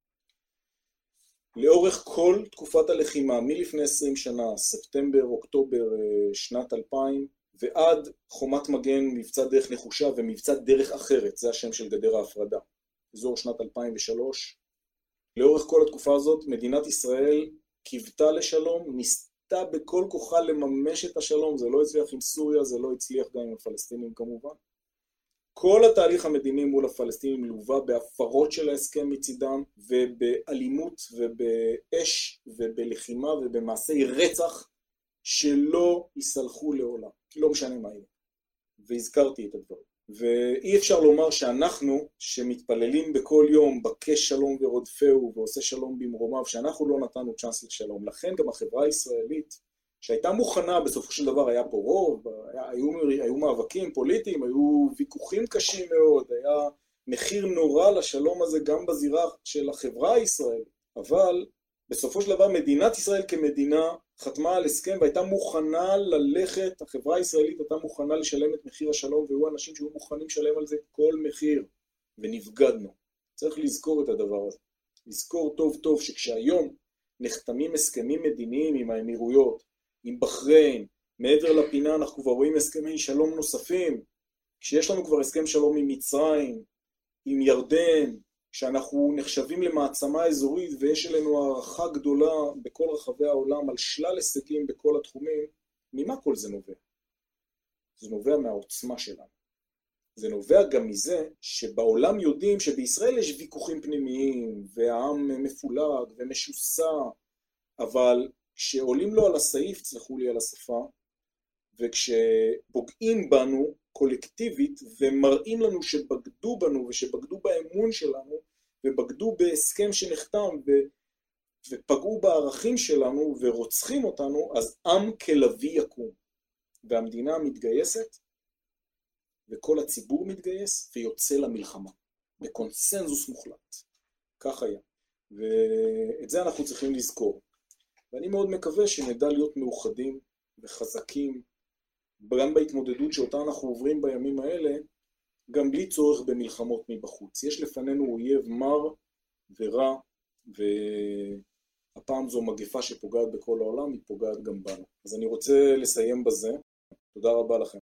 לאורך כל תקופת הלחימה, מלפני 20 שנה, ספטמבר, אוקטובר, שנת 2000, ועד חומת מגן, מבצע דרך נחושה ומבצע דרך אחרת, זה השם של גדר ההפרדה, אזור שנת 2003. לאורך כל התקופה הזאת, מדינת ישראל קיוותה לשלום, ניסתה בכל כוחה לממש את השלום, זה לא הצליח עם סוריה, זה לא הצליח גם עם הפלסטינים כמובן. כל התהליך המדיני מול הפלסטינים לווה בהפרות של ההסכם מצידם, ובאלימות ובאש ובלחימה ובמעשי רצח שלא יסלחו לעולם, לא משנה מה יהיה. והזכרתי את הדברים. ואי אפשר לומר שאנחנו, שמתפללים בכל יום, בקש שלום ורודפהו ועושה שלום במרומיו, שאנחנו לא נתנו צ'אנס לשלום. לכן גם החברה הישראלית, שהייתה מוכנה, בסופו של דבר היה פה רוב, היו מאבקים פוליטיים, היו ויכוחים קשים מאוד, היה מחיר נורא לשלום הזה גם בזירה של החברה הישראלית, אבל בסופו של דבר מדינת ישראל כמדינה חתמה על הסכם והייתה מוכנה ללכת, החברה הישראלית הייתה מוכנה לשלם את מחיר השלום, והיו אנשים שהיו מוכנים לשלם על זה כל מחיר, ונבגדנו. צריך לזכור את הדבר הזה. לזכור טוב טוב שכשהיום נחתמים הסכמים מדיניים עם האמירויות, עם בחריין, מעבר לפינה אנחנו כבר רואים הסכמי שלום נוספים, כשיש לנו כבר הסכם שלום עם מצרים, עם ירדן, שאנחנו נחשבים למעצמה אזורית ויש אלינו הערכה גדולה בכל רחבי העולם על שלל הישגים בכל התחומים, ממה כל זה נובע? זה נובע מהעוצמה שלנו. זה נובע גם מזה שבעולם יודעים שבישראל יש ויכוחים פנימיים והעם מפולג ומשוסע, אבל כשעולים לו על הסעיף, צלחו לי על השפה, וכשפוגעים בנו קולקטיבית ומראים לנו שבגדו בנו ושבגדו באמון שלנו ובגדו בהסכם שנחתם ופגעו בערכים שלנו ורוצחים אותנו, אז עם כלבי יקום. והמדינה מתגייסת וכל הציבור מתגייס ויוצא למלחמה בקונסנזוס מוחלט. כך היה. ואת זה אנחנו צריכים לזכור. ואני מאוד מקווה שנדע להיות מאוחדים וחזקים, גם בהתמודדות שאותה אנחנו עוברים בימים האלה, גם בלי צורך במלחמות מבחוץ. יש לפנינו אויב מר ורע, והפעם זו מגפה שפוגעת בכל העולם, היא פוגעת גם בנו. אז אני רוצה לסיים בזה. תודה רבה לכם.